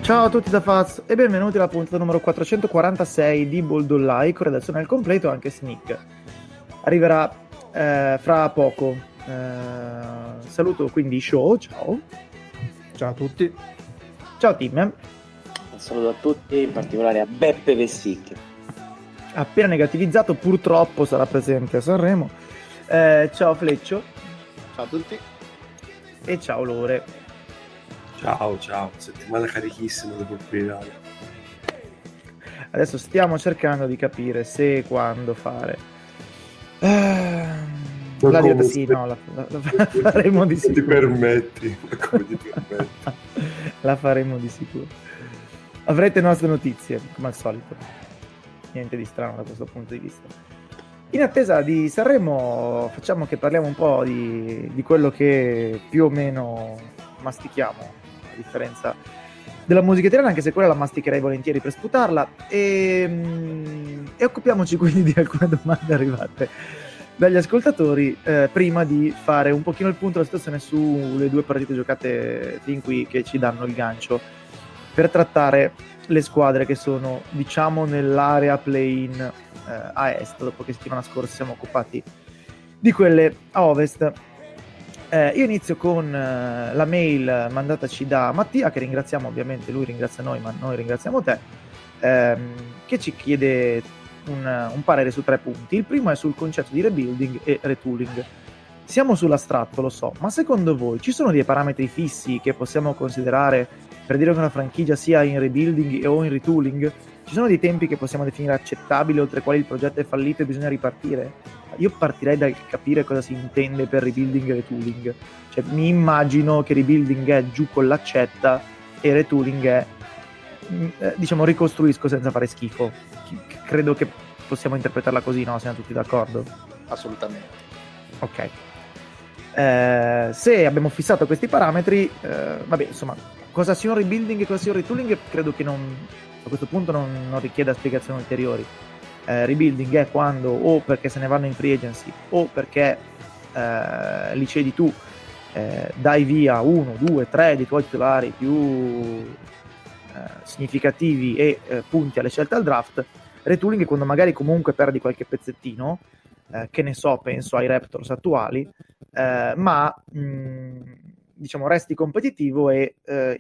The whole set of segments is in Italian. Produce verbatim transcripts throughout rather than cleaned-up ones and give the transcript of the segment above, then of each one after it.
Ciao a tutti da Faz e benvenuti alla puntata numero quattrocentoquarantasei di Bold Online con redazione al completo anche Sneak. Arriverà eh, fra poco. Eh, saluto quindi Show, ciao. Ciao a tutti. Ciao Tim. Un saluto a tutti, in particolare a Beppe Vessicchio. Appena negativizzato, purtroppo sarà presente a Sanremo. Eh, ciao Fleccio. Ciao a tutti. E ciao Lore. Ciao, ciao, settimana carichissima dopo il Quirinale. Adesso stiamo cercando di capire se e quando fare. Eh, la diretta sì, no, la, la, la faremo di sicuro. Ti permetti, come ti permetti? La faremo di sicuro. Avrete nostre notizie, come al solito. Niente di strano da questo punto di vista. In attesa di Sanremo, facciamo che parliamo un po' di, di quello che più o meno mastichiamo, a differenza della musica italiana, anche se quella la masticherei volentieri per sputarla, e, e occupiamoci quindi di alcune domande arrivate dagli ascoltatori eh, prima di fare un pochino il punto della situazione sulle due partite giocate fin qui che ci danno il gancio per trattare le squadre che sono, diciamo, nell'area play-in eh, a est, dopo che settimana scorsa siamo occupati di quelle a ovest. Eh, io inizio con eh, la mail mandataci da Mattia, che ringraziamo ovviamente, lui ringrazia noi, ma noi ringraziamo te, ehm, che ci chiede un, un parere su tre punti. Il primo è sul concetto di rebuilding e retooling. Siamo sull'astratto, lo so, ma secondo voi ci sono dei parametri fissi che possiamo considerare per dire che una franchigia sia in rebuilding o in retooling? Ci sono dei tempi che possiamo definire accettabili oltre i quali il progetto è fallito e bisogna ripartire? Io partirei dal capire cosa si intende per rebuilding e retooling. Cioè, mi immagino che rebuilding è giù con l'accetta e retooling è, eh, diciamo, ricostruisco senza fare schifo. Credo che possiamo interpretarla così, no? Siamo tutti d'accordo? Assolutamente. Ok. Eh, se abbiamo fissato questi parametri, eh, vabbè, insomma, cosa sia un rebuilding e cosa sia un retooling credo che non, a questo punto non, non richieda spiegazioni ulteriori. Eh, rebuilding è quando o perché se ne vanno in free agency o perché eh, li cedi tu, eh, dai via uno, due, tre dei tuoi titolari più eh, significativi e eh, punti alle scelte al draft. Retooling è quando magari comunque perdi qualche pezzettino, eh, che ne so, penso ai Raptors attuali, eh, ma mh, diciamo resti competitivo e eh,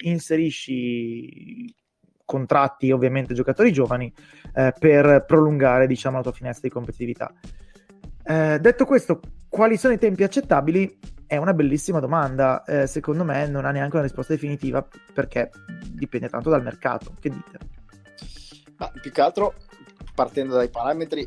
inserisci contratti, ovviamente giocatori giovani, eh, per prolungare, diciamo, la tua finestra di competitività. Eh, detto questo, quali sono i tempi accettabili? È una bellissima domanda. Eh, secondo me non ha neanche una risposta definitiva perché dipende tanto dal mercato. Che dite? Ma più che altro, partendo dai parametri,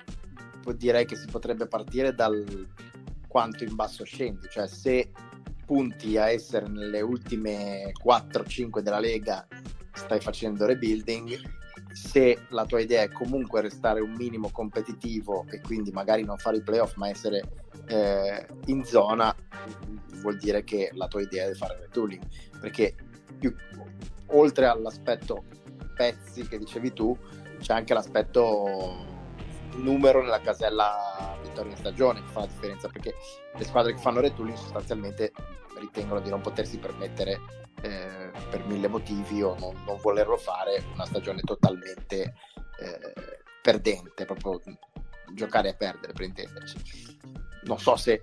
direi che si potrebbe partire dal quanto in basso scendi, cioè se punti a essere nelle ultime quattro cinque della Lega stai facendo rebuilding. Se la tua idea è comunque restare un minimo competitivo e quindi magari non fare i playoff ma essere eh, in zona, vuol dire che la tua idea è di fare retooling, perché più, oltre all'aspetto pezzi che dicevi tu, c'è anche l'aspetto numero nella casella vittoria in stagione che fa la differenza, perché le squadre che fanno retooling sostanzialmente ritengono di non potersi permettere eh, per mille motivi o non, non volerlo fare una stagione totalmente eh, perdente, proprio giocare a perdere, per intenderci. Non so se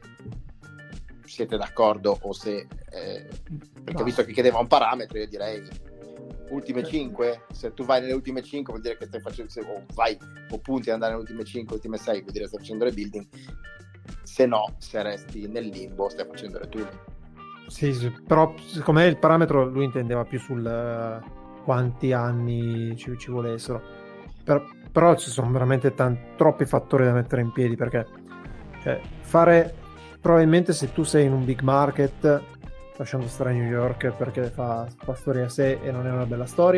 siete d'accordo o se eh, perché no. Visto che chiedeva un parametro, io direi ultime cinque. Se tu vai nelle ultime cinque vuol dire che stai facendo, se, o vai o punti ad andare nelle ultime cinque, ultime sei vuol dire che stai facendo rebuilding. Se no, se resti nel limbo stai facendo retooling. Sì, sì, però secondo me il parametro lui intendeva più sul uh, quanti anni ci, ci volessero, per, però ci sono veramente tanti, troppi fattori da mettere in piedi, perché cioè, fare probabilmente se tu sei in un big market, lasciando stare New York perché fa, fa storia a sé e non è una bella storia,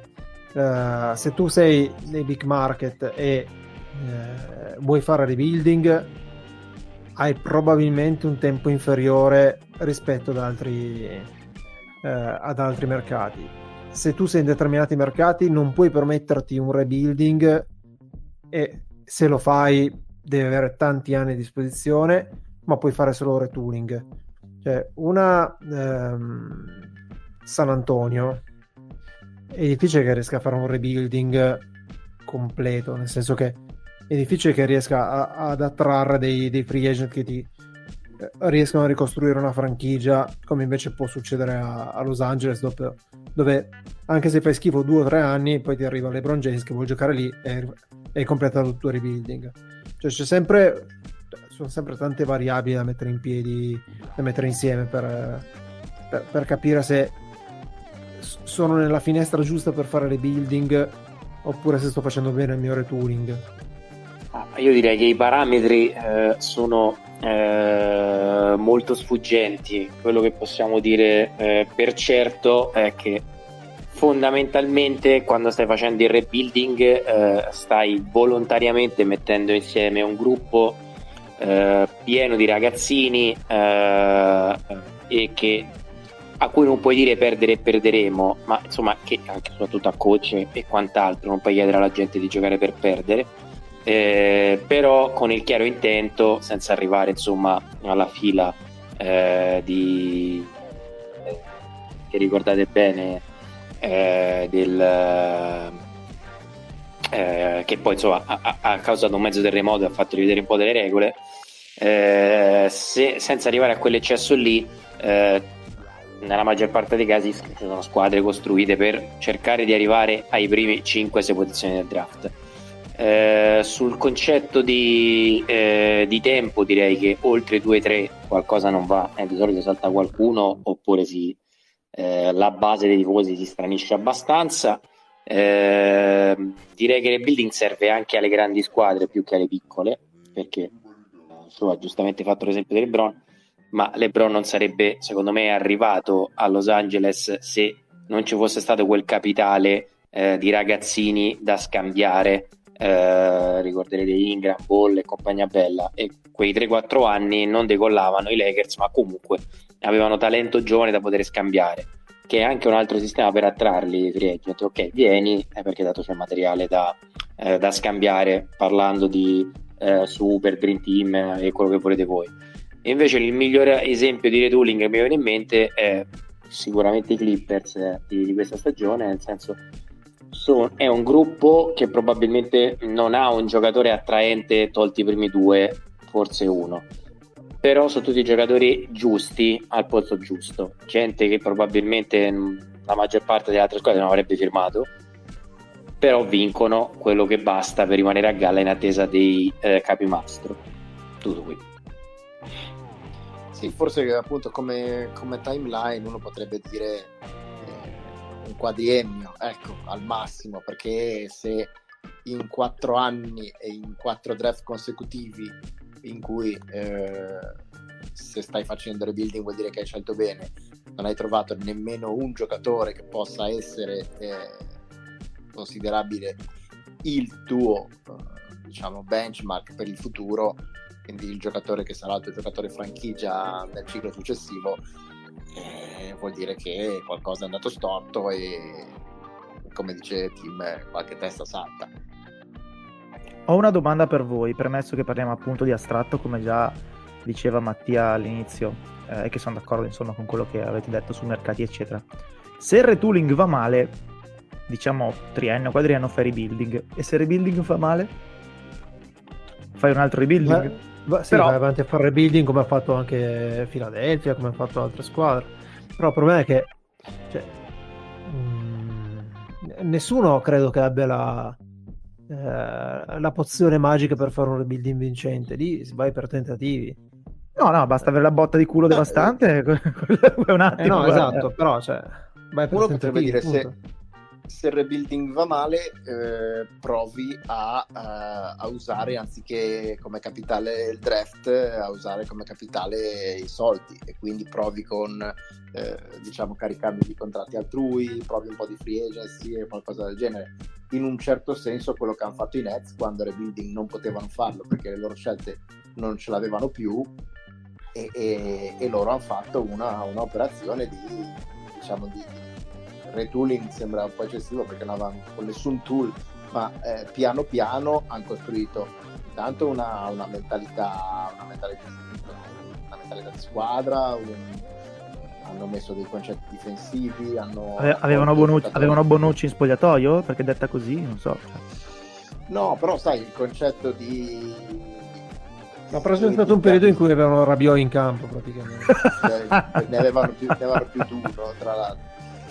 uh, se tu sei nei big market e uh, vuoi fare rebuilding hai probabilmente un tempo inferiore rispetto ad altri eh, ad altri mercati. Se tu sei in determinati mercati non puoi permetterti un rebuilding e se lo fai devi avere tanti anni a disposizione, ma puoi fare solo retooling. Cioè una ehm, San Antonio è difficile che riesca a fare un rebuilding completo, nel senso che è difficile che riesca a, ad attrarre dei, dei free agent che ti eh, riescano a ricostruire una franchigia, come invece può succedere a, a Los Angeles, dove, dove anche se fai schifo due o tre anni, poi ti arriva LeBron James che vuole giocare lì e hai completato il tuo rebuilding. Cioè c'è sempre, sono sempre tante variabili da mettere in piedi, da mettere insieme per, per, per capire se sono nella finestra giusta per fare rebuilding oppure se sto facendo bene il mio retooling. Ah, io direi che i parametri eh, sono eh, molto sfuggenti. Quello che possiamo dire eh, per certo è che fondamentalmente quando stai facendo il rebuilding eh, stai volontariamente mettendo insieme un gruppo eh, pieno di ragazzini eh, e che a cui non puoi dire perdere e perderemo, ma insomma che anche soprattutto a coach e quant'altro non puoi chiedere alla gente di giocare per perdere, eh, però con il chiaro intento, senza arrivare insomma alla fila eh, di eh, che ricordate bene eh, del eh, che poi insomma ha, ha causato un mezzo terremoto e ha fatto rivedere un po' delle regole, eh, se, senza arrivare a quell'eccesso lì. eh, Nella maggior parte dei casi ci sono squadre costruite per cercare di arrivare ai primi cinque sei posizioni del draft. Eh, sul concetto di, eh, di tempo direi che oltre due tre qualcosa non va, eh, di solito salta qualcuno oppure si, eh, la base dei tifosi si stranisce abbastanza. Eh, direi che il rebuilding serve anche alle grandi squadre più che alle piccole, perché insomma, giustamente fatto l'esempio di LeBron, ma LeBron non sarebbe secondo me arrivato a Los Angeles se non ci fosse stato quel capitale eh, di ragazzini da scambiare, eh, ricorderete Ingram, Ball e compagnia bella, e quei tre quattro anni non decollavano i Lakers, ma comunque avevano talento giovane da poter scambiare, che è anche un altro sistema per attrarli free agent. Ok, vieni, è perché dato c'è materiale da, eh, da scambiare, parlando di eh, super dream team e quello che volete voi. E invece il migliore esempio di retooling che mi viene in mente è sicuramente i Clippers eh, di, di questa stagione, nel senso sono, è un gruppo che probabilmente non ha un giocatore attraente tolti i primi due, forse uno, però sono tutti giocatori giusti al posto giusto, gente che probabilmente la maggior parte delle altre squadre non avrebbe firmato, però vincono quello che basta per rimanere a galla in attesa dei eh, capimastro. Tutto qui. Sì, forse appunto come, come timeline uno potrebbe dire eh, un quadriennio, ecco, al massimo, perché se in quattro anni e in quattro draft consecutivi in cui eh, se stai facendo rebuilding vuol dire che hai scelto bene, non hai trovato nemmeno un giocatore che possa essere eh, considerabile il tuo eh, diciamo benchmark per il futuro, quindi il giocatore che sarà il tuo giocatore franchigia nel ciclo successivo, eh, vuol dire che qualcosa è andato storto e, come dice Tim, qualche testa salta. Ho una domanda per voi, premesso che parliamo appunto di astratto, come già diceva Mattia all'inizio, e eh, che sono d'accordo insomma con quello che avete detto sui mercati eccetera. Se il retooling va male, diciamo triennio, quadriennio, fai rebuilding, e se il rebuilding fa male, fai un altro rebuilding? Ma... Va, sì, però... vai avanti a fare rebuilding come ha fatto anche Philadelphia, come ha fatto altre squadre, però il problema è che cioè, mh, nessuno credo che abbia la, eh, la pozione magica per fare un rebuilding vincente. Lì si vai per tentativi. No, no, basta avere la botta di culo devastante. È un attimo. Eh no, guarda. esatto, però cioè, vai per Uno tentativi, potrebbe dire punto. se se il rebuilding va male, eh, provi a, a, a usare anziché come capitale il draft, a usare come capitale i soldi, e quindi provi con eh, diciamo caricando di contratti altrui, provi un po' di free agency e qualcosa del genere. In un certo senso quello che hanno fatto i Nets quando il rebuilding non potevano farlo perché le loro scelte non ce l'avevano più, e, e, e loro hanno fatto una, una operazione di diciamo di retooling, sembra un po' eccessivo perché non avevano con nessun tool, ma eh, piano piano hanno costruito tanto una, una mentalità una mentalità una mentalità di squadra, un, hanno messo dei concetti difensivi, hanno Ave- avevano, Bonucci, avevano Bonucci in spogliatoio? Perché detta così, non so. No, però sai, il concetto di... Ma però c'è stato un periodo in cui avevano Rabiot in campo praticamente. Cioè, ne avevano più, ne avevano più di uno, tra l'altro.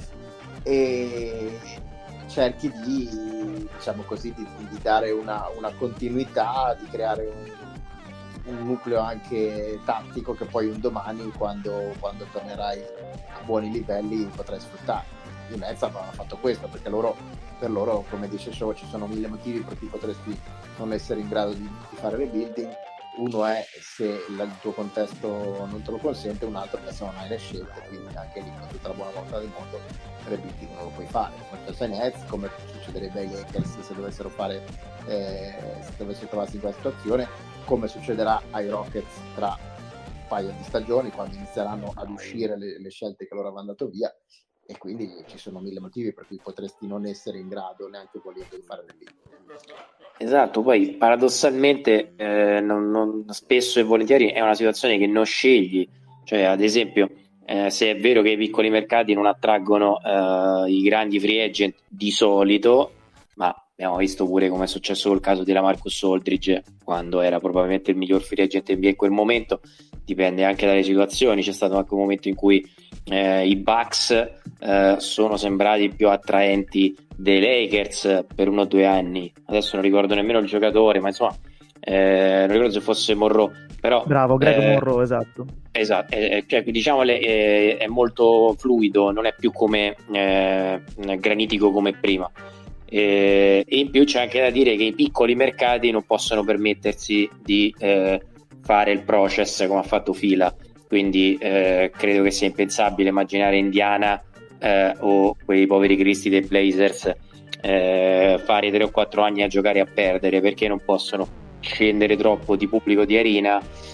E cerchi di, diciamo così, di, di dare una, una continuità, di creare un, un nucleo anche tattico che poi un domani, quando, quando tornerai a buoni livelli, potrai sfruttare. I Mets hanno fatto questo, perché loro, per loro, come dice Show, ci sono mille motivi per cui potresti non essere in grado di, di fare rebuilding. Uno è se il tuo contesto non te lo consente, un altro è se non hai le scelte, quindi anche lì con tutta la buona volontà del mondo rebuilding non lo puoi fare. Come penso ai Nets, come succederebbe ai Lakers se dovessero fare eh, se dovessero trovarsi in quella situazione, come succederà ai Rockets tra un paio di stagioni, quando inizieranno ad uscire le, le scelte che loro avevano dato via, e quindi ci sono mille motivi per cui potresti non essere in grado, neanche volendo, di fare rebuilding. Esatto, poi paradossalmente eh, non, non, spesso e volentieri è una situazione che non scegli, cioè ad esempio eh, se è vero che i piccoli mercati non attraggono eh, i grandi free agent di solito, ma abbiamo visto pure come è successo col caso di Lamarcus Aldridge, quando era probabilmente il miglior free agent N B A in quel momento, dipende anche dalle situazioni. C'è stato anche un momento in cui eh, i Bucks eh, sono sembrati più attraenti dei Lakers per uno o due anni, adesso non ricordo nemmeno il giocatore, ma insomma eh, non ricordo se fosse Monroe, però bravo, Greg eh, Monroe, esatto esatto, eh, cioè, diciamo è, è molto fluido, non è più come eh, granitico come prima, e, e in più c'è anche da dire che i piccoli mercati non possono permettersi di eh, fare il process come ha fatto Fila, quindi eh, credo che sia impensabile immaginare Indiana Eh, o quei poveri cristi dei Blazers eh, fare tre o quattro anni a giocare a perdere, perché non possono scendere troppo di pubblico di arena,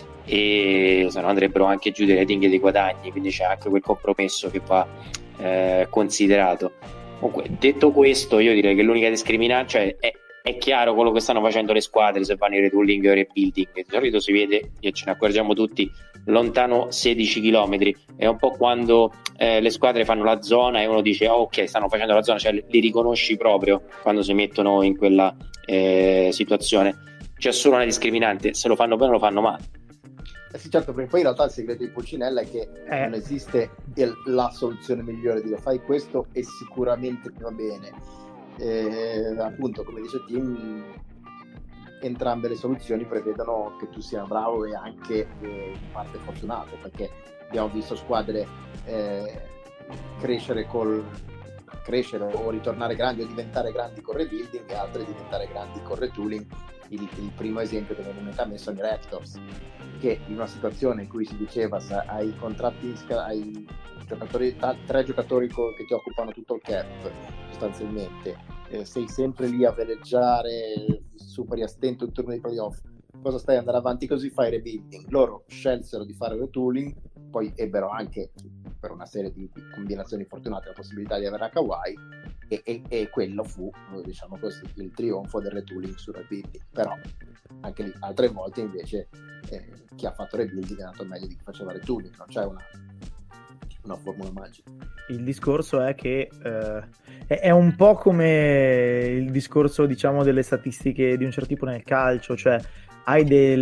e se no andrebbero anche giù delle tinghe dei guadagni, quindi c'è anche quel compromesso che va eh, considerato. Comunque, detto questo, io direi che l'unica discriminante, cioè è, è chiaro quello che stanno facendo le squadre se vanno in retooling o rebuilding, di solito si vede, e ce ne accorgiamo tutti, lontano sedici chilometri. È un po' quando eh, le squadre fanno la zona e uno dice oh, ok, stanno facendo la zona, cioè li riconosci proprio quando si mettono in quella eh, situazione. C'è solo una discriminante: se lo fanno bene o lo fanno male. Eh sì, certo, perché poi in realtà il segreto di Pulcinella è che eh. non esiste il, la soluzione migliore di dire fai questo e sicuramente ti va bene. Eh, appunto, come dice Tim, entrambe le soluzioni prevedono che tu sia bravo e anche eh, in parte fortunato, perché abbiamo visto squadre eh, crescere col crescere o ritornare grandi o diventare grandi con rebuilding, e altre diventare grandi con retooling. Il, il primo esempio che viene in mente sono i Raptors, che in una situazione in cui si diceva hai contratti, hai giocatori, tre giocatori co- che ti occupano tutto il cap sostanzialmente, eh, sei sempre lì a veleggiare, superi a stento il turno di playoff, cosa stai andare avanti così? Fai rebuilding. Loro scelsero di fare retooling, poi ebbero anche, per una serie di combinazioni fortunate, la possibilità di avere Kawhi, e, e, e quello fu, diciamo così, il trionfo del retooling su rebuilding. Però anche lì altre volte invece eh, chi ha fatto rebuilding è andato meglio di chi faceva retooling, non c'è una una formula magica. Il discorso è che eh, è, è un po' come il discorso, diciamo, delle statistiche di un certo tipo nel calcio, cioè hai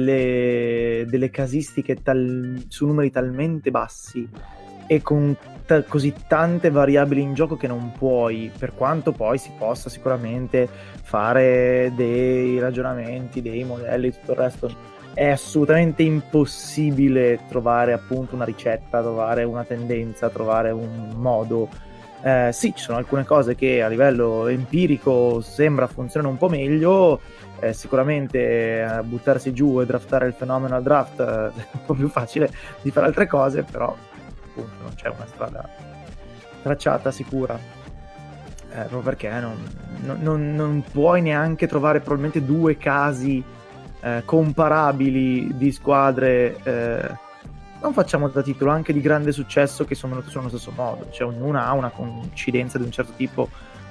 delle, delle casistiche tal, su numeri talmente bassi e con ta- così tante variabili in gioco che non puoi, per quanto poi si possa sicuramente fare dei ragionamenti, dei modelli, tutto il resto, è assolutamente impossibile trovare appunto una ricetta, trovare una tendenza, trovare un modo. Eh, sì, ci sono alcune cose che a livello empirico sembra funzionano un po' meglio, eh, sicuramente eh, buttarsi giù e draftare il fenomeno al draft eh, è un po' più facile di fare altre cose, però appunto non c'è una strada tracciata sicura, eh, proprio perché non, non, non, non puoi neanche trovare probabilmente due casi Eh, comparabili di squadre, eh, non facciamo da titolo, anche di grande successo, che sono venute su nello stesso modo, cioè ognuna ha una coincidenza di un certo tipo,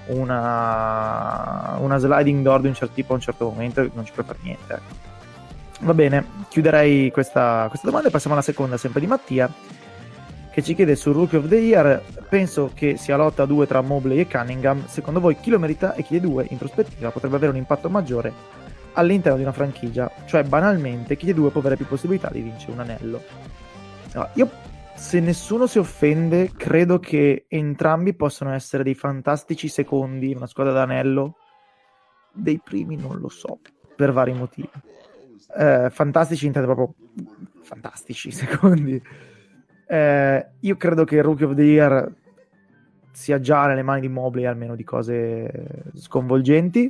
una, una sliding door di un certo tipo a un certo momento, non ci puoi fare niente, ecco. Va bene, chiuderei questa, questa domanda e passiamo alla seconda, sempre di Mattia, che ci chiede sul Rookie of the Year: penso che sia lotta a due tra Mobley e Cunningham, secondo voi chi lo merita e chi dei due in prospettiva potrebbe avere un impatto maggiore all'interno di una franchigia, cioè banalmente chi dei due può avere più possibilità di vincere un anello? No, io, se nessuno si offende, credo che entrambi possano essere dei fantastici secondi in una squadra d'anello. Dei primi non lo so, per vari motivi. Eh, fantastici intendo proprio fantastici secondi. Eh, io credo che il Rookie of the Year sia già nelle mani di Mobley, almeno di cose sconvolgenti.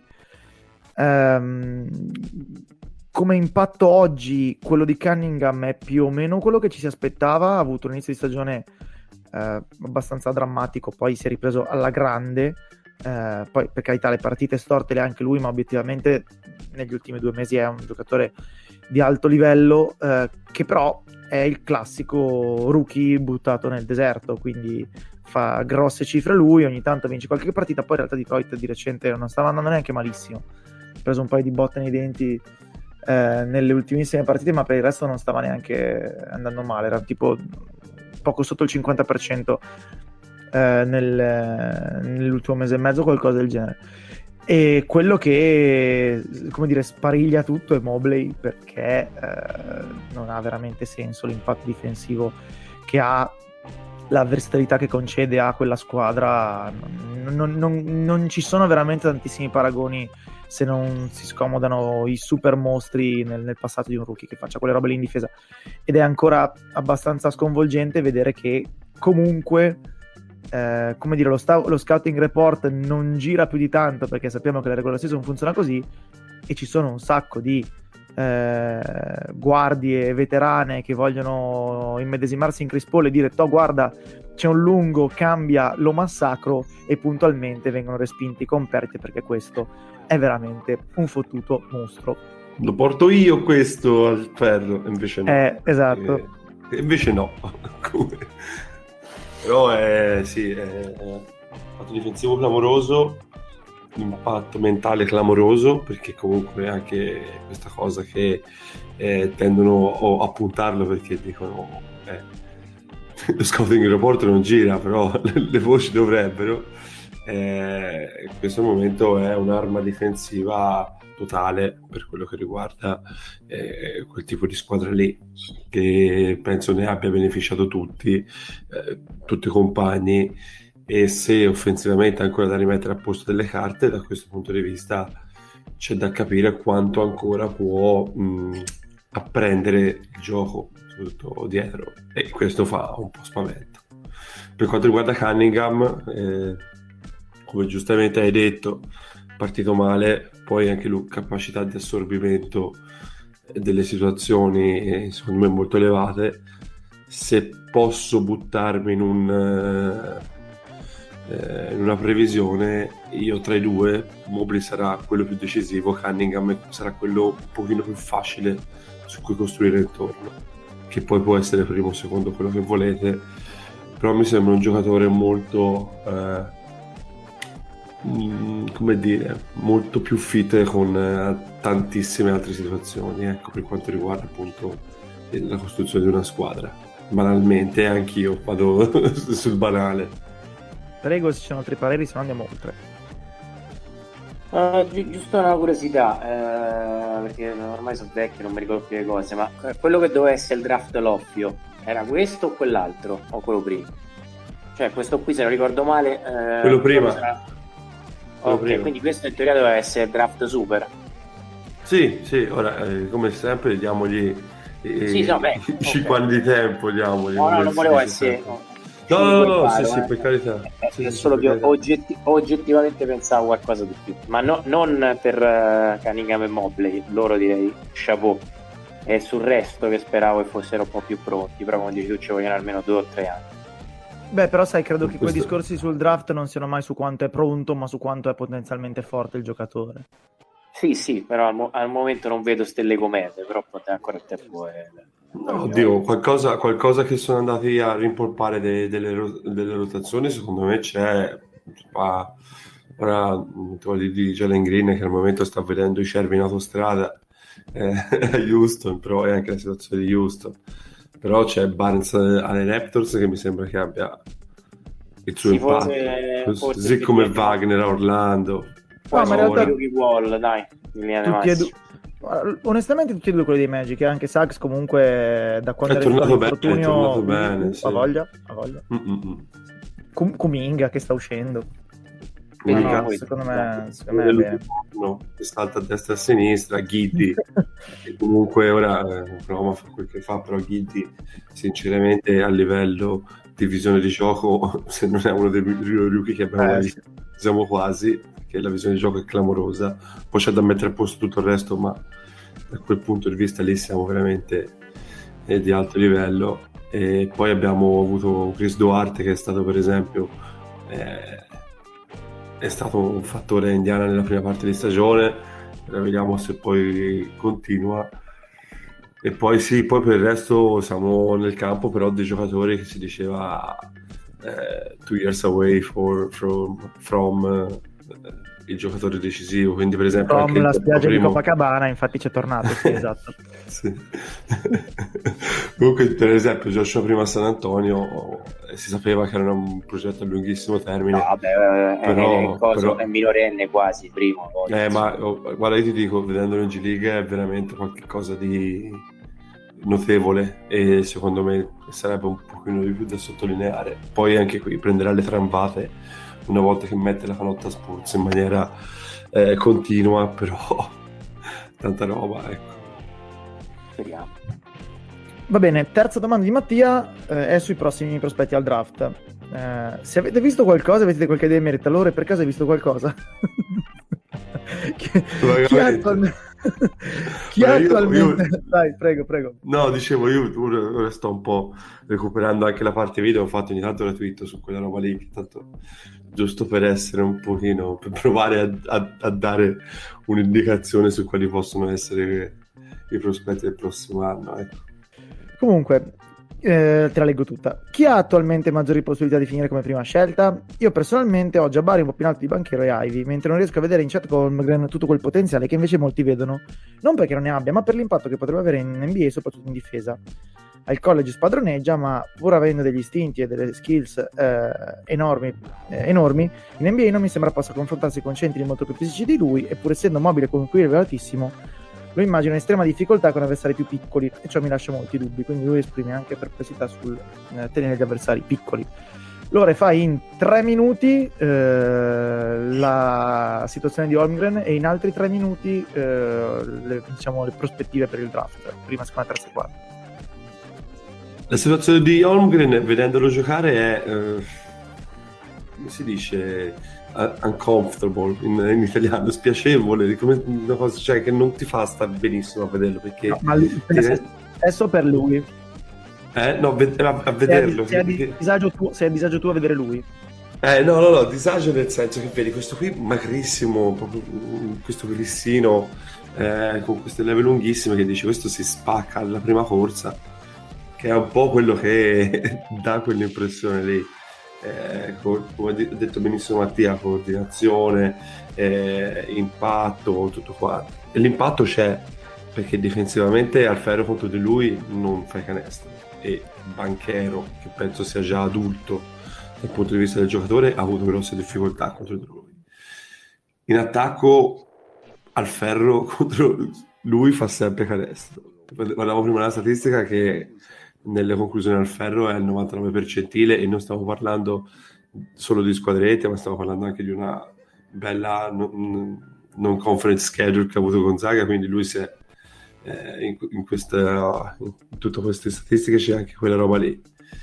Um, come impatto oggi quello di Cunningham è più o meno quello che ci si aspettava. Ha avuto un inizio di stagione eh, abbastanza drammatico, poi si è ripreso alla grande. Eh, poi per carità le partite storte le ha anche lui, ma obiettivamente negli ultimi due mesi è un giocatore di alto livello, eh, che però è il classico rookie buttato nel deserto, quindi fa grosse cifre lui, ogni tanto vince qualche partita. Poi in realtà Detroit di recente non stava andando neanche malissimo, ha preso un paio di botte nei denti eh, nelle ultimissime partite, ma per il resto non stava neanche andando male, era tipo poco sotto il cinquanta per cento eh, nel, nell'ultimo mese e mezzo, qualcosa del genere. E quello che, come dire, spariglia tutto è Mobley, perché eh, non ha veramente senso l'impatto difensivo che ha, la versatilità che concede a quella squadra. Non, non, non, non ci sono veramente tantissimi paragoni, se non si scomodano i super mostri nel, nel passato di un rookie che faccia quelle robe lì in difesa. Ed è ancora abbastanza sconvolgente vedere che comunque Eh, come dire, lo, sta- lo scouting report non gira più di tanto, perché sappiamo che la regular season funziona così, e ci sono un sacco di eh, guardie veterane che vogliono immedesimarsi in Chris Paul e dire: to, guarda, c'è un lungo, cambia, lo massacro, e puntualmente vengono respinti con perdite, perché questo è veramente un fottuto mostro. Lo porto io questo al ferro, invece no. Eh, esatto. E, invece no. Però è, sì, è, è fatto difensivo clamoroso, impatto mentale clamoroso, perché comunque anche questa cosa che eh, tendono a puntarlo, perché dicono eh, lo scouting report non gira, però le, le voci dovrebbero. Eh, in questo momento è un'arma difensiva totale per quello che riguarda eh, quel tipo di squadra lì, che penso ne abbia beneficiato tutti, eh, tutti i compagni, e se offensivamente è ancora da rimettere a posto delle carte, da questo punto di vista c'è da capire quanto ancora può mh, apprendere il gioco, soprattutto dietro, e questo fa un po' spavento. Per quanto riguarda Cunningham, eh, come giustamente hai detto, partito male, poi anche lui capacità di assorbimento delle situazioni secondo me molto elevate. Se posso buttarmi in un eh, in una previsione, io tra i due Mobley sarà quello più decisivo, Cunningham sarà quello un pochino più facile su cui costruire intorno, che poi può essere primo o secondo, quello che volete, però mi sembra un giocatore molto eh, come dire, molto più fit con eh, tantissime altre situazioni, ecco, per quanto riguarda appunto la costruzione di una squadra. Banalmente anch'io vado sul banale. Prego, se ci sono altri pareri, se no andiamo oltre. Uh, gi- giusto una curiosità, eh, perché ormai sono vecchio, non mi ricordo più le cose, ma quello che doveva essere il draft Loffio era questo o quell'altro, o quello prima? Cioè questo qui, se non ricordo male, eh, quello prima sarà... ok, prima. Quindi questo in teoria doveva essere il draft super. Sì, sì, ora eh, come sempre diamogli eh, sì, no, beh, cinque okay. anni di tempo, diamogli. No, no, non volevo essere no, no, no, no, sì, sì, per carità. È, sì, è sì, solo sì, che oggetti- oggettivamente pensavo qualcosa di più, ma no, non per uh, Cunningham e Mobley, loro direi chapeau, e sul resto che speravo che fossero un po' più pronti, però come dici tu ci vogliono almeno due o tre anni. Beh, però sai, credo che Questo... quei discorsi sul draft non siano mai su quanto è pronto, ma su quanto è potenzialmente forte il giocatore. Sì, sì, però al, mo- al momento non vedo stelle comete, però ancora il tempo è... No, oddio, qualcosa, qualcosa che sono andati a rimpolpare de, delle, delle rotazioni, secondo me c'è. Ah, ora di, di Jalen Green, che al momento sta vedendo i cervi in autostrada eh, a Houston, però è anche la situazione di Houston. però c'è Barnes alle Raptors che mi sembra che abbia il suo Sì, impatto, forse- così forse come effettivamente. Wagner a Orlando. Poi No, ma in sono realtà- rookie wall, dai, in linea di Tutti e due, massima. onestamente tutti e due quelli dei Magic, e anche Suggs comunque da quando È è restato tornato bene, è l'infortunio tornato uh, bene, uh, sì. a voglia, a voglia. Mm-mm. Kum- Kuminga che sta uscendo. Quindi, No, no, no, poi- secondo me, dai. secondo me è bene. No, che salta a destra e a sinistra, Giddy che comunque ora eh, proviamo a fare quel che fa, però Giddy sinceramente a livello di visione di gioco se non è uno dei migliori rookie che abbiamo Eh, mai visto, siamo quasi, perché la visione di gioco è clamorosa, poi c'è da mettere a posto tutto il resto, ma da quel punto di vista lì siamo veramente eh, di alto livello. E poi abbiamo avuto Chris Duarte che è stato per esempio eh, è stato un fattore a Indiana nella prima parte di stagione, vediamo se poi continua. E poi sì, poi per il resto siamo nel campo però dei giocatori che si diceva eh, two years away for, from, from eh, il giocatore decisivo, quindi per esempio From anche il la spiaggia primo... di Copacabana, infatti c'è tornato, sì, esatto. Sì. Comunque per esempio Joshua prima a San Antonio eh, si sapeva che era un progetto a lunghissimo termine. No, vabbè, è, Però- è, coso- però- è minorenne quasi, primo. poi, Eh, insomma. ma oh, guarda, io ti dico, vedendolo in G League è veramente qualcosa di notevole e secondo me sarebbe un pochino di più da sottolineare. Poi anche qui prenderà le tramvate una volta che mette la canotta Spurs in maniera eh, continua, però tanta roba, ecco. Speriamo. Va bene, terza domanda di Mattia eh, è sui prossimi prospetti al draft. Eh, se avete visto qualcosa, avete qualche idea in merito a loro, e per caso hai visto qualcosa? chi, chi ha attualmente... chi ha Beh, io- attualmente... io- Dai, prego, prego. No, dicevo, io ora, ora sto un po' recuperando anche la parte video, ho fatto ogni tanto la tweet su quella roba lì, che tanto giusto per essere un pochino, per provare a, a- a dare un'indicazione su quali possono essere i prospetti del prossimo anno, ecco. Comunque, eh, te la leggo tutta. Chi ha attualmente maggiori possibilità di finire come prima scelta? Io personalmente ho Jabari un po' più in alto di Banchero e Ivy, mentre non riesco a vedere in chat Holmgren tutto quel potenziale che invece molti vedono. Non perché non ne abbia, ma per l'impatto che potrebbe avere in N B A, soprattutto in difesa. Al college spadroneggia, ma pur avendo degli istinti e delle skills eh, enormi, eh, enormi, in N B A non mi sembra possa confrontarsi con centri molto più fisici di lui, e pur essendo mobile con un equilibrio altissimo, lo immagino in estrema difficoltà con avversari più piccoli, e ciò mi lascia molti dubbi, quindi lui esprime anche perplessità sul eh, tenere gli avversari piccoli. Lore fa in tre minuti eh, la situazione di Holmgren e in altri tre minuti eh, le, diciamo, le prospettive per il draft, prima, seconda, terza e quarta. La situazione di Holmgren, vedendolo giocare, è, eh, come si dice, uh, uncomfortable in, in italiano, spiacevole, come una cosa, cioè, che non ti fa star benissimo a vederlo, perché... No, ma lui- adesso per lui. Eh, no, ved- a, a vederlo. Sei a, di- perché- sei a disagio tu, sei a disagio tu a vedere lui. Eh, no, no, no, disagio nel senso che vedi questo qui magrissimo, proprio, mm, questo grissino, eh, con queste leve lunghissime, che dici questo si spacca alla prima corsa, che è un po' quello che dà quell'impressione lì. Eh, co- come ha de- detto benissimo Mattia, coordinazione, eh, impatto, tutto qua. E l'impatto c'è, perché difensivamente al ferro contro di lui non fai canestro. E Banchero, che penso sia già adulto dal punto di vista del giocatore, ha avuto grosse difficoltà contro di lui. In attacco al ferro contro lui fa sempre canestro. Guardavo prima la statistica che nelle conclusioni al ferro è il novantanove percentile, e non stiamo parlando solo di squadrette, ma stiamo parlando anche di una bella non, non conference schedule che ha avuto Gonzaga, quindi lui si è eh, in, in, questa, in tutte queste statistiche c'è anche quella roba lì.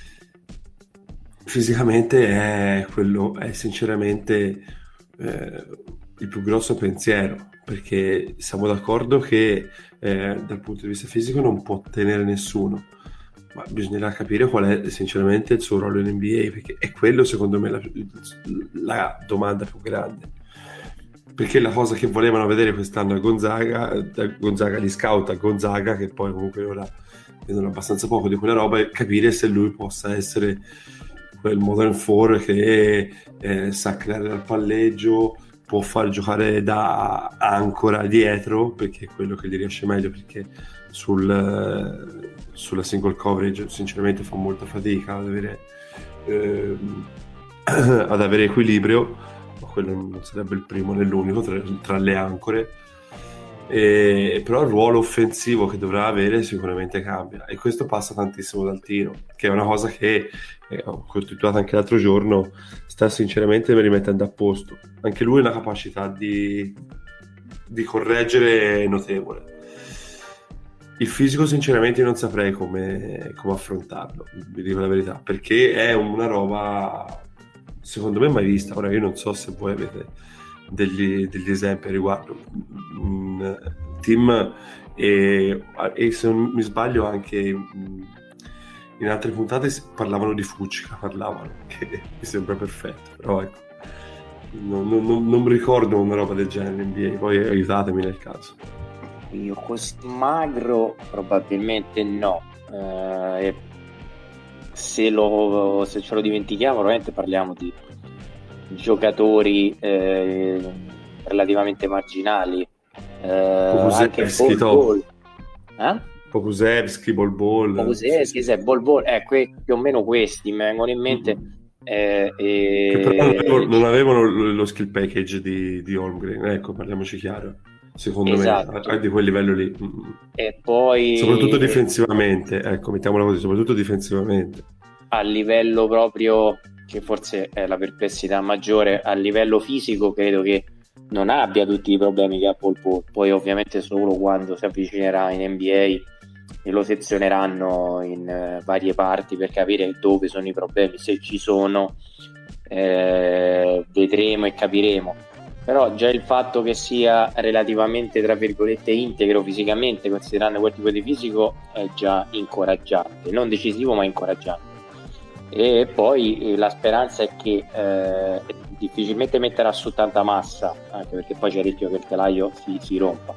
Fisicamente è quello, è sinceramente eh, il più grosso pensiero, perché siamo d'accordo che eh, dal punto di vista fisico non può tenere nessuno, ma bisognerà capire qual è sinceramente il suo ruolo in N B A, perché è quello secondo me la, la domanda più grande, perché la cosa che volevano vedere quest'anno a Gonzaga, da Gonzaga di scout a Gonzaga, che poi comunque ora vedono abbastanza poco di quella roba, è capire se lui possa essere quel modern four che eh, sa creare dal palleggio, può far giocare da ancora dietro, perché è quello che gli riesce meglio, perché sul, sulla single coverage sinceramente fa molta fatica ad avere, eh, ad avere equilibrio, ma quello non sarebbe il primo né l'unico tra, tra le ancore. E, però il ruolo offensivo che dovrà avere sicuramente cambia, e questo passa tantissimo dal tiro, che è una cosa che eh, ho contribuito anche l'altro giorno, sta sinceramente rimettendo a posto. Anche lui ha una capacità di, di correggere notevole. Il fisico sinceramente non saprei come, come affrontarlo, vi dico la verità, perché è una roba secondo me mai vista. Ora io non so se voi avete degli, degli esempi a riguardo, mm, Tim, e, e se non mi sbaglio anche in altre puntate parlavano di Fucika, parlavano, che mi sembra perfetto, però ecco, non, non, non ricordo una roba del genere in N B A, poi aiutatemi nel caso. Io così magro probabilmente no, eh, se, lo, se ce lo dimentichiamo probabilmente parliamo di giocatori eh, relativamente marginali, eh, anche Bol Bol, eh? Pokusevski, Bol Bol, Pokusevski, sì, sì. Bol Bol, eh, que- più o meno questi mi vengono in mente. Mm-hmm. Eh, e... Che però non avevano, non avevano lo, lo skill package di, di Holmgren, ecco, parliamoci chiaro. Secondo esatto. me è di quel livello lì. E poi soprattutto difensivamente, ecco, mettiamola così, soprattutto difensivamente. A livello proprio, che forse è la perplessità maggiore, a livello fisico credo che non abbia tutti i problemi che ha Paul Paul. Poi ovviamente solo quando si avvicinerà in N B A e lo sezioneranno in uh, varie parti per capire dove sono i problemi, se ci sono, eh, vedremo e capiremo. Però già il fatto che sia relativamente, tra virgolette, integro fisicamente, considerando quel tipo di fisico, è già incoraggiante, non decisivo ma incoraggiante. E poi eh, la speranza è che eh, difficilmente metterà su tanta massa, anche perché poi c'è il rischio che il telaio si, si rompa,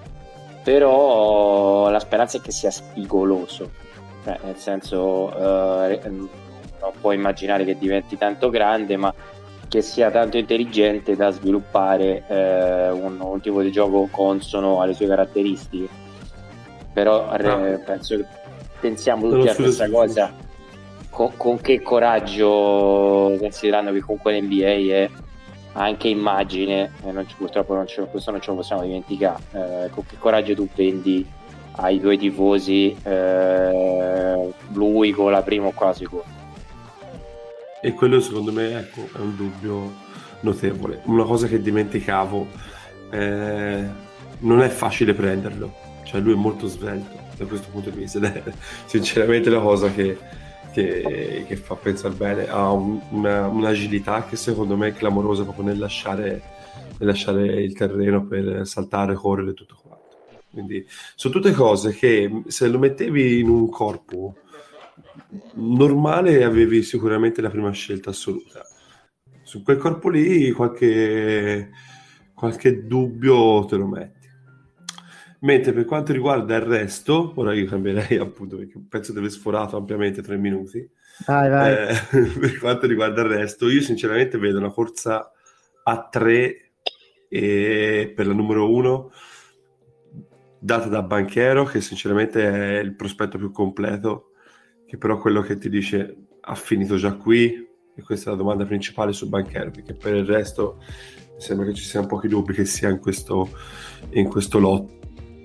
però la speranza è che sia spigoloso, cioè, nel senso eh, non puoi immaginare che diventi tanto grande, ma che sia tanto intelligente da sviluppare eh, un, un tipo di gioco consono alle sue caratteristiche. Però ah. eh, penso che pensiamo tutti a questa cosa con, con che coraggio, considerando che comunque l'N B A è anche immagine, eh, non ci, purtroppo non ce, questo non ce lo possiamo dimenticare, eh, con che coraggio tu vendi ai tuoi tifosi eh, lui con la prima o quasi seconda. E quello secondo me, ecco, è un dubbio notevole. Una cosa che dimenticavo, eh, non è facile prenderlo, cioè lui è molto svelto da questo punto di vista ed è sinceramente la cosa che, che, che fa pensare bene. Ha un, una, un'agilità che secondo me è clamorosa proprio nel lasciare, nel lasciare il terreno per saltare, correre e tutto quanto. Quindi sono tutte cose che se lo mettevi in un corpo normale avevi sicuramente la prima scelta assoluta. Su quel corpo lì qualche, qualche dubbio te lo metti. Mentre per quanto riguarda il resto, ora io cambierei appunto perché penso di aver sforato ampiamente tre minuti. Vai, vai. Eh, per quanto riguarda il resto, io sinceramente vedo una corsa a tre e per la numero uno data da Banchero, che sinceramente è il prospetto più completo, che però quello che ti dice ha finito già qui, e questa è la domanda principale su Banchero, perché per il resto sembra che ci siano pochi dubbi che sia in questo, in questo lotto.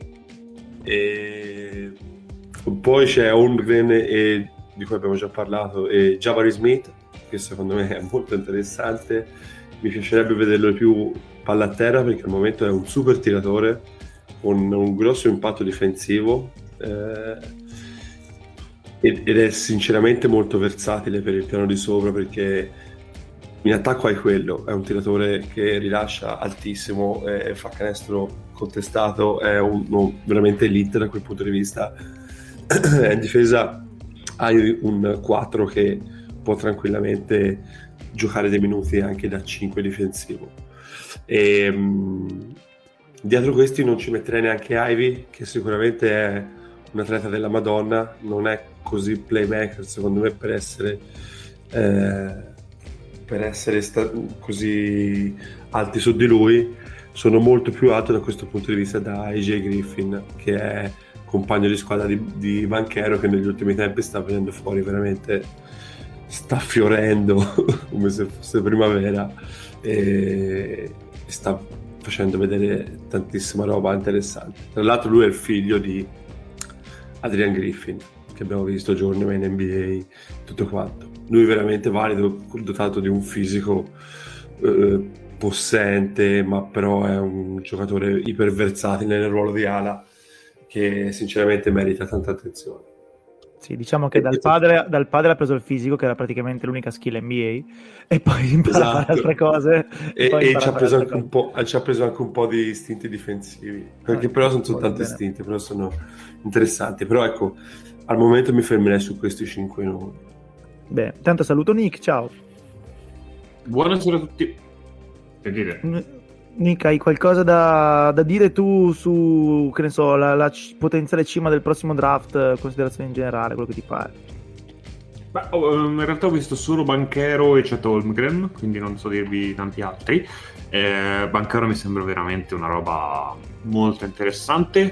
E poi c'è Holmgren, e, di cui abbiamo già parlato, e Jabari Smith, che secondo me è molto interessante. Mi piacerebbe vederlo più palla a terra, perché al momento è un super tiratore con un grosso impatto difensivo, eh, ed è sinceramente molto versatile per il piano di sopra, perché in attacco hai quello, è un tiratore che rilascia altissimo, eh, fa canestro contestato, è un, no, veramente elite da quel punto di vista. In difesa hai un quattro che può tranquillamente giocare dei minuti anche da cinque difensivo, e mh, dietro questi non ci metterei neanche Ivy, che sicuramente è un atleta della Madonna, non è così playmaker secondo me per essere eh, per essere sta- così alti su di lui. Sono molto più alto da questo punto di vista da A J Griffin, che è compagno di squadra di, di Banchero, che negli ultimi tempi sta venendo fuori veramente, sta fiorendo come se fosse primavera, e sta facendo vedere tantissima roba interessante. Tra l'altro lui è il figlio di Adrian Griffin, che abbiamo visto journeyman in N B A, tutto quanto. Lui è veramente valido, dotato di un fisico eh, possente, ma però è un giocatore iperversatile nel ruolo di ala, che sinceramente merita tanta attenzione. Sì, diciamo che dal padre, dal padre ha preso il fisico, che era praticamente l'unica skill N B A, e poi impara Esatto. a fare altre cose. E, e, poi e impara ci, a ha fare preso altre anche un po', ci ha preso anche un po' di istinti difensivi, perché Ah, però sono molto soltanto bene. istinti, però sono interessanti. Però ecco, al momento mi fermerei su questi cinque nomi. Bene, tanto saluto Nick, ciao. Buonasera a tutti. Che dite? N- Nick, hai qualcosa da, da dire tu su, che ne so, la, la c- potenziale cima del prossimo draft, considerazioni in generale, quello che ti pare? Beh, oh, in realtà ho visto solo Banchero e Chet Holmgren, quindi non so dirvi tanti altri. Eh, Banchero mi sembra veramente una roba molto interessante,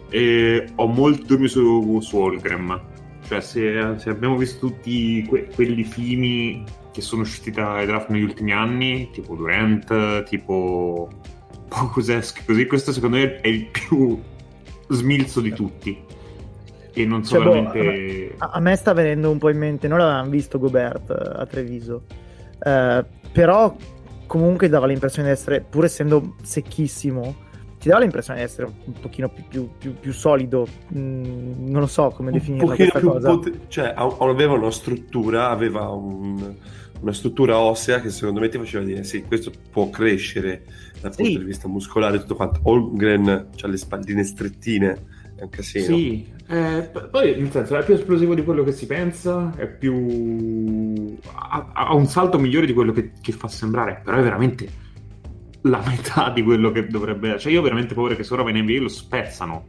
e ho molti dubbi su, su Holmgren. Cioè, se, se abbiamo visto tutti que- quelli fimi che sono usciti dai draft negli ultimi anni, tipo Durant, tipo Pokusevski, così, questo secondo me è il più smilzo di tutti. E non so Cioè, boh, veramente... a, a me sta venendo un po' in mente, noi l'avevamo visto Gobert eh, a Treviso, eh, però comunque dava l'impressione di essere, pur essendo secchissimo, ti dava l'impressione di essere un pochino più, più, più, più solido. Mm, non lo so come Un definirla pochino questa più cosa. pot- cioè a- aveva una struttura, aveva un- una struttura ossea che secondo me ti faceva dire sì, questo può crescere dal Sì. punto di vista muscolare e tutto quanto. Holmgren c'ha le spalline strettine, è un casino. Sì, eh, p- poi nel senso è più esplosivo di quello che si pensa, è più... ha, ha un salto migliore di quello che, che fa sembrare, però è veramente la metà di quello che dovrebbe... Cioè io ho veramente paura che se ora va in N B A lo spezzano,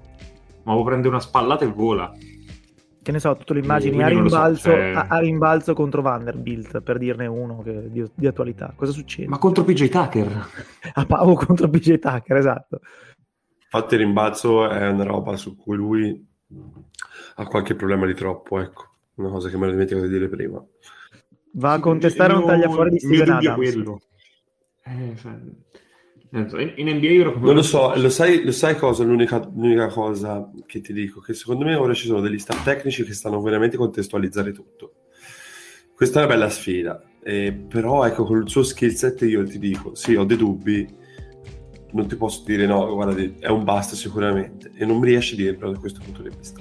ma può prendere una spallata e vola. Che ne so, tu te lo immagini Quindi a non lo so, rimbalzo, cioè- a, a rimbalzo contro Vanderbilt, per dirne uno che, di, di attualità. Cosa succede? Ma contro P J Tucker? A Pavo contro P J Tucker, esatto. Infatti il rimbalzo è una roba su cui lui ha qualche problema di troppo, ecco, una cosa che me l'ho dimenticato di dire prima. Va a Sì, contestare il un mio- tagliafuori di il mio Steven dubbio è Adams. quello. Eh, cioè, nel senso, in, in N B A io ero Non lo so, lo sai, lo sai cosa? L'unica, l'unica cosa che ti dico, che secondo me ora ci sono degli staff tecnici che stanno veramente a contestualizzare tutto. Questa è una bella sfida, eh, però ecco, con il suo skill set io ti dico, sì, ho dei dubbi, non ti posso dire no, guarda, è un bust sicuramente, e non mi riesci a dirlo da questo punto di vista.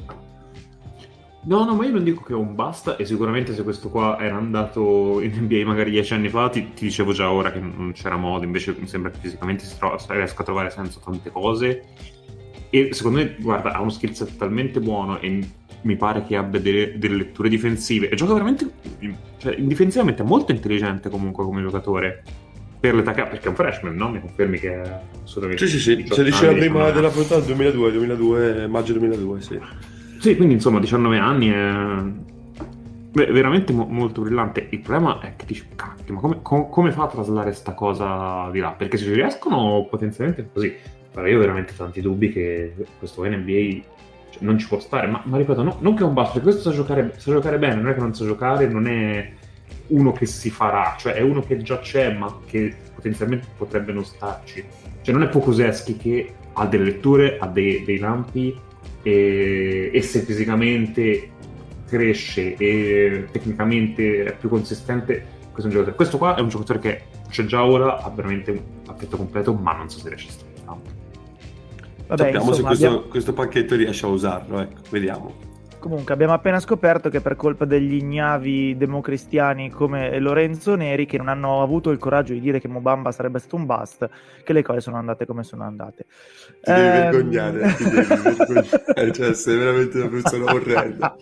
No, no, ma io non dico che è un basta, e sicuramente se questo qua era andato in N B A magari dieci anni fa, ti, ti dicevo già ora che non c'era modo, invece mi sembra che fisicamente si tro- riesca a trovare senso tante cose, e secondo me, guarda, ha uno skill set talmente buono e mi pare che abbia delle, delle letture difensive, e gioca veramente, cioè, difensivamente è molto intelligente comunque come giocatore, per l'età che ha, perché è un freshman, no? Mi confermi che è assolutamente... Sì, sì, sì, diciotto si diceva anni, prima diciannove della anni. puntata duemiladue, duemiladue, maggio duemiladue, sì. Sì, quindi insomma diciannove anni è beh, veramente mo- molto brillante. Il problema è che dici, cacchio, ma come, com- come fa a traslare sta cosa di là? Perché se ci riescono potenzialmente è così. Però io ho veramente tanti dubbi che questo N B A cioè, non ci può stare. Ma, ma ripeto, no, non che è un basso, perché questo sa giocare, sa giocare bene, non è che non sa giocare, non è uno che si farà, cioè è uno che già c'è ma che potenzialmente potrebbe non starci. Cioè non è Pokusevski che ha delle letture, ha dei, dei lampi, e, e se fisicamente cresce e tecnicamente è più consistente, questo è un giocatore. Questo qua è un giocatore che c'è già ora, ha veramente un pacchetto completo, ma non so se riesce a stare tanto. Vabbè, Sappiamo se insomma, questo, abbiamo- questo pacchetto riesce a usarlo, ecco, vediamo. Comunque abbiamo appena scoperto che per colpa degli ignavi democristiani come Lorenzo Neri, che non hanno avuto il coraggio di dire che Mobamba sarebbe stato un bust, che le cose sono andate come sono andate. Ti devi Ehm, vergognare, ti devi vergognare, cioè sei veramente una persona orrenda.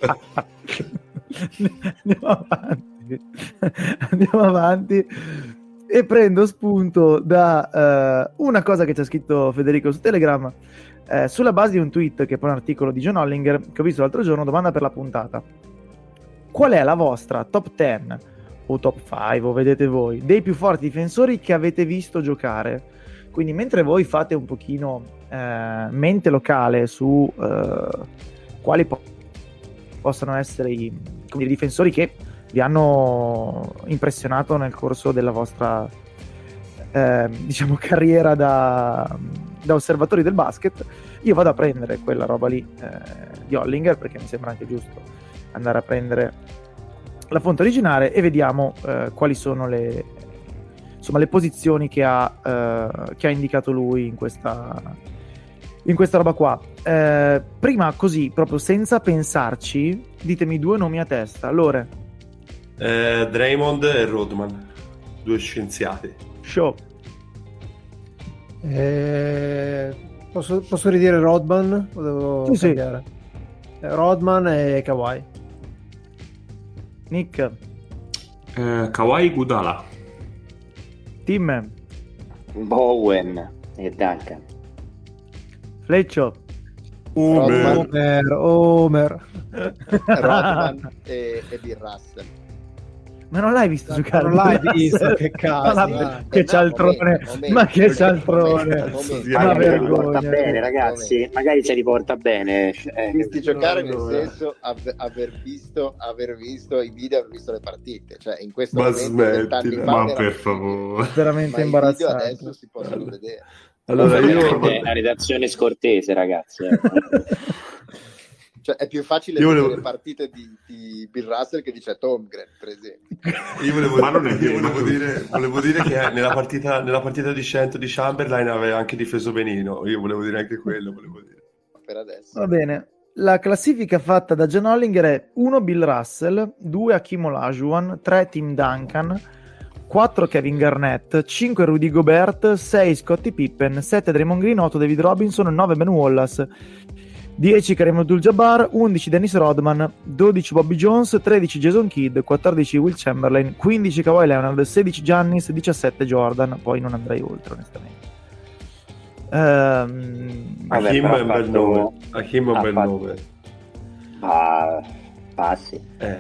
Andiamo avanti. Andiamo avanti. E prendo spunto da eh, una cosa che ci ha scritto Federico su Telegram, eh, sulla base di un tweet che poi è un articolo di John Hollinger che ho visto l'altro giorno. Domanda per la puntata: qual è la vostra top dieci o top cinque, o vedete voi, dei più forti difensori che avete visto giocare? Quindi mentre voi fate un pochino eh, mente locale su eh, quali po- possano essere i, come dire, i difensori che vi hanno impressionato nel corso della vostra eh, diciamo carriera da, da osservatori del basket, io vado a prendere quella roba lì eh, di Hollinger, perché mi sembra anche giusto andare a prendere la fonte originale, e vediamo eh, quali sono le insomma le posizioni che ha, eh, che ha indicato lui in questa in questa roba qua. Eh, prima, così proprio senza pensarci, ditemi due nomi a testa. Lore. Eh, Draymond e Rodman, due scienziati. Show. Eh, posso, posso ridire Rodman? O devo Sì, sì. cambiare? Eh, Rodman e Kawhi. Nick. Eh, Kawhi Gudala. Tim. Bowen e Duncan. Fleccio. Uber. Homer, Homer. Rodman e, e Bill Russell. Ma non l'hai visto giocare? Non l'hai Bill visto, Russell? che cazzo, Ma dai. la- che Eh, no, cialtrone, momento, momento. ma che Momento, cialtrone, momento. ma Magari se li vergogna. porta bene, ragazzi. Magari se li porta bene. Eh, Visti giocare nel allora. senso av- aver visto aver visto i video, aver visto le partite, cioè in questo Ma momento vent'anni smettila. fa Ma era per possibile, favore. Veramente ma i video imbarazzante. adesso si possono vedere. Allora io Veramente una redazione scortese, ragazzi. eh. Cioè è più facile Io vedere volevo- partite di, di Bill Russell che di Chet Holmgren, per esempio. Io volevo, Ma non è io vero, volevo ma- dire, volevo dire che nella partita, nella partita di cento di Chamberlain aveva anche difeso benino. Io volevo dire anche quello. Volevo dire. Per adesso. Va bene. La classifica fatta da John Hollinger è uno Bill Russell, due Hakeem Olajuwon, tre Tim Duncan, quattro Kevin Garnett, cinque Rudy Gobert, sei Scottie Pippen, sette Draymond Green, otto David Robinson, nove Ben Wallace, dieci Kareem Abdul-Jabbar, undici Dennis Rodman, dodici Bobby Jones, tredici Jason Kidd, quattordici Will Chamberlain, quindici Kawhi Leonard, sedici Giannis, diciassette Jordan. Poi non andrei oltre, onestamente. Ehm, Vabbè, Hakim però è un ha bel fatto- nome. Hakim è un ha bel fatto- nome. Ah, passi. Eh.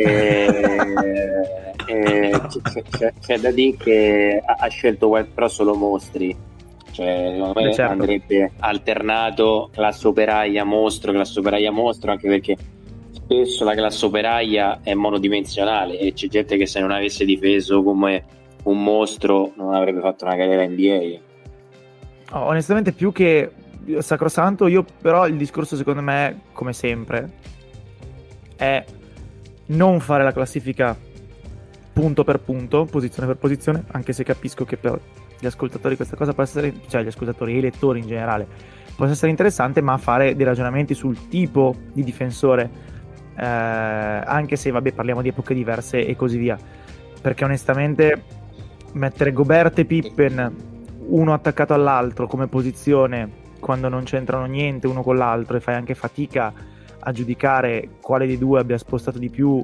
E, e c'è, c'è- c'è da dire che ha, ha scelto White però solo mostri, cioè secondo me Beh, certo. andrebbe alternato classe operaia mostro, classe operaia mostro, anche perché spesso la classe operaia è monodimensionale e c'è gente che se non avesse difeso come un mostro non avrebbe fatto una carriera N B A. oh, onestamente, più che sacrosanto, io però il discorso secondo me, come sempre, è non fare la classifica punto per punto, posizione per posizione, anche se capisco che per gli ascoltatori questa cosa può essere, cioè gli ascoltatori e i lettori in generale, può essere interessante, ma fare dei ragionamenti sul tipo di difensore, eh, anche se vabbè parliamo di epoche diverse e così via, perché onestamente mettere Gobert e Pippen uno attaccato all'altro come posizione quando non c'entrano niente uno con l'altro e fai anche fatica a giudicare quale dei due abbia spostato di più,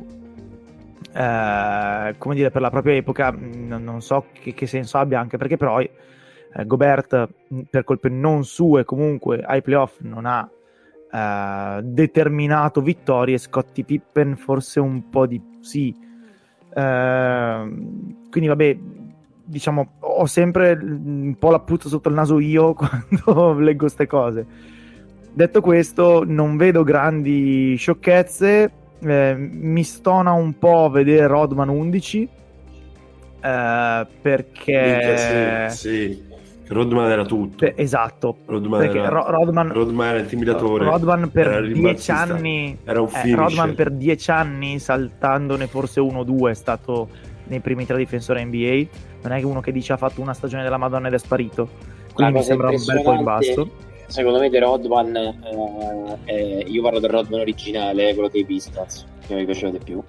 eh, come dire, per la propria epoca, non, non so che, che senso abbia, anche perché però eh, Gobert per colpe non sue comunque ai playoff non ha eh, determinato vittorie, Scottie Pippen forse un po' di sì, eh, quindi vabbè, diciamo ho sempre un po' la puzza sotto il naso io quando leggo ste cose. Detto questo, non vedo grandi sciocchezze, eh, mi stona un po' vedere Rodman undici, eh, perché Minchia, sì, sì. Rodman era tutto. Beh, esatto, Rodman perché era, Ro- Rodman, Rodman era intimidatore. Rodman per era dieci rimbalzista, anni, era un eh, finisher. Rodman per dieci anni, saltandone forse uno o due, è stato nei primi tre difensori N B A. Non è che uno che dice ha fatto una stagione della Madonna ed è sparito, quindi La mi cosa sembra un bel po' in impressionante, basso. secondo me, di Rodman, eh, è- io parlo del Rodman originale, quello dei Pistons, che mi piaceva di più.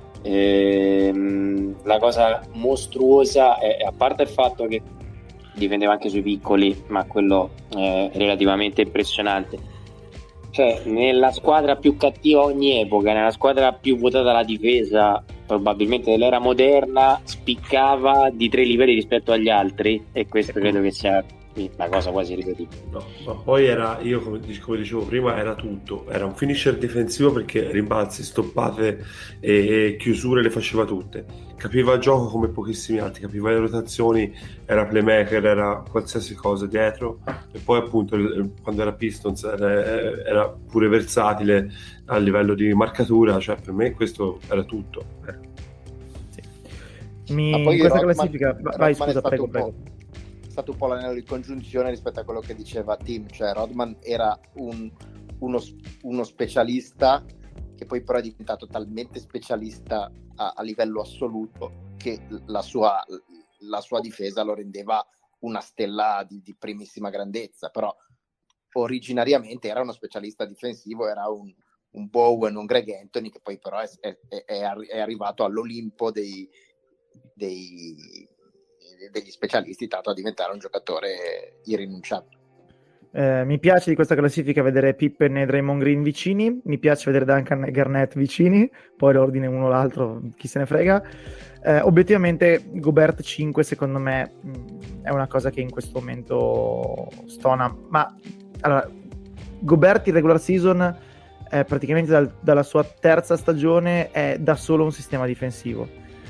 Ehm, la cosa mostruosa è, a parte il fatto che difendeva anche sui piccoli, ma quello è relativamente impressionante. Cioè, nella squadra più cattiva ogni epoca, nella squadra più votata alla difesa, probabilmente dell'era moderna, spiccava di tre livelli rispetto agli altri, e questo credo che sia quindi una cosa quasi ripetibile. No, ma poi era, io come, come dicevo prima, era tutto, era un finisher difensivo perché rimbalzi, stoppate e chiusure le faceva tutte, capiva il gioco come pochissimi altri, capiva le rotazioni, era playmaker, era qualsiasi cosa dietro, e poi appunto il- quando era Pistons era, era pure versatile a livello di marcatura, cioè per me questo era tutto. Eh. Sì. Mi, Ma poi in questa Rodman- classifica, vai Rodman è scusa, stato prego, un prego. po', è stato un po' l'anello di congiunzione rispetto a quello che diceva Tim, cioè Rodman era un, uno, uno specialista che poi però è diventato talmente specialista a, a livello assoluto che la sua, la sua difesa lo rendeva una stella di, di primissima grandezza, però originariamente era uno specialista difensivo, era un, un Bowen, un Greg Anthony, che poi però è, è, è, è arrivato all'Olimpo dei, dei, degli specialisti, tanto a diventare un giocatore irrinunciabile. Eh, mi piace di questa classifica vedere Pippen e Draymond Green vicini, mi piace vedere Duncan e Garnett vicini, poi l'ordine uno o l'altro, chi se ne frega. Eh, obiettivamente Gobert cinque secondo me mh, è una cosa che in questo momento stona, ma allora, Gobert in regular season eh, praticamente dal, dalla sua terza stagione è da solo un sistema difensivo.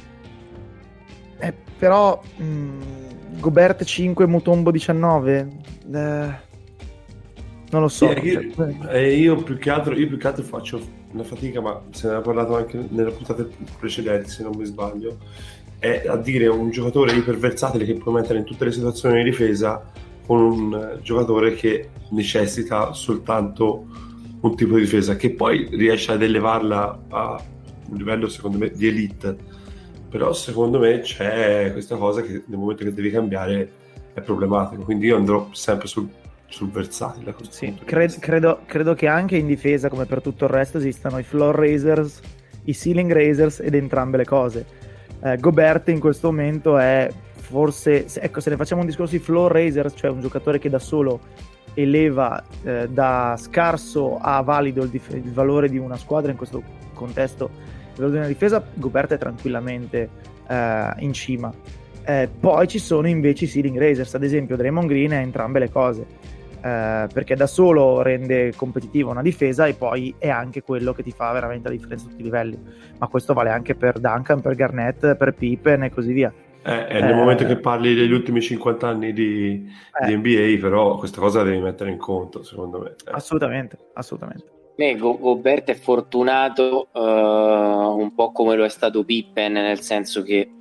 Eh, però mh, Gobert cinque, Mutombo diciannove, eh, non lo so. Sì, io, cioè, eh, io più che altro, io più che altro faccio una fatica, ma se ne ha parlato anche nelle puntate precedenti, se non mi sbaglio, è a dire un giocatore iperversatile che puoi mettere in tutte le situazioni di difesa con un eh, giocatore che necessita soltanto un tipo di difesa, che poi riesce ad elevarla a un livello secondo me di elite, però secondo me c'è questa cosa che nel momento che devi cambiare è problematico, quindi io andrò sempre sul sul versatile. Sì, cred- credo, credo che anche in difesa, come per tutto il resto, esistano i floor raisers, i ceiling raisers ed entrambe le cose. Eh, Gobert in questo momento è forse, se, ecco, se ne facciamo un discorso di floor raisers, cioè un giocatore che da solo eleva eh, da scarso a valido il, dif- il valore di una squadra in questo contesto, il valore di una difesa, Gobert è tranquillamente eh, in cima. Eh, poi ci sono invece i ceiling raisers, ad esempio Draymond Green è entrambe le cose. Eh, perché da solo rende competitiva una difesa e poi è anche quello che ti fa veramente la differenza a tutti i livelli, ma questo vale anche per Duncan, per Garnett, per Pippen e così via. Eh, eh, nel eh, momento che parli degli ultimi cinquanta anni di, eh, di N B A, però questa cosa la devi mettere in conto, secondo me. Eh. assolutamente, assolutamente. Me Go- Gobert è fortunato uh, un po' come lo è stato Pippen, nel senso che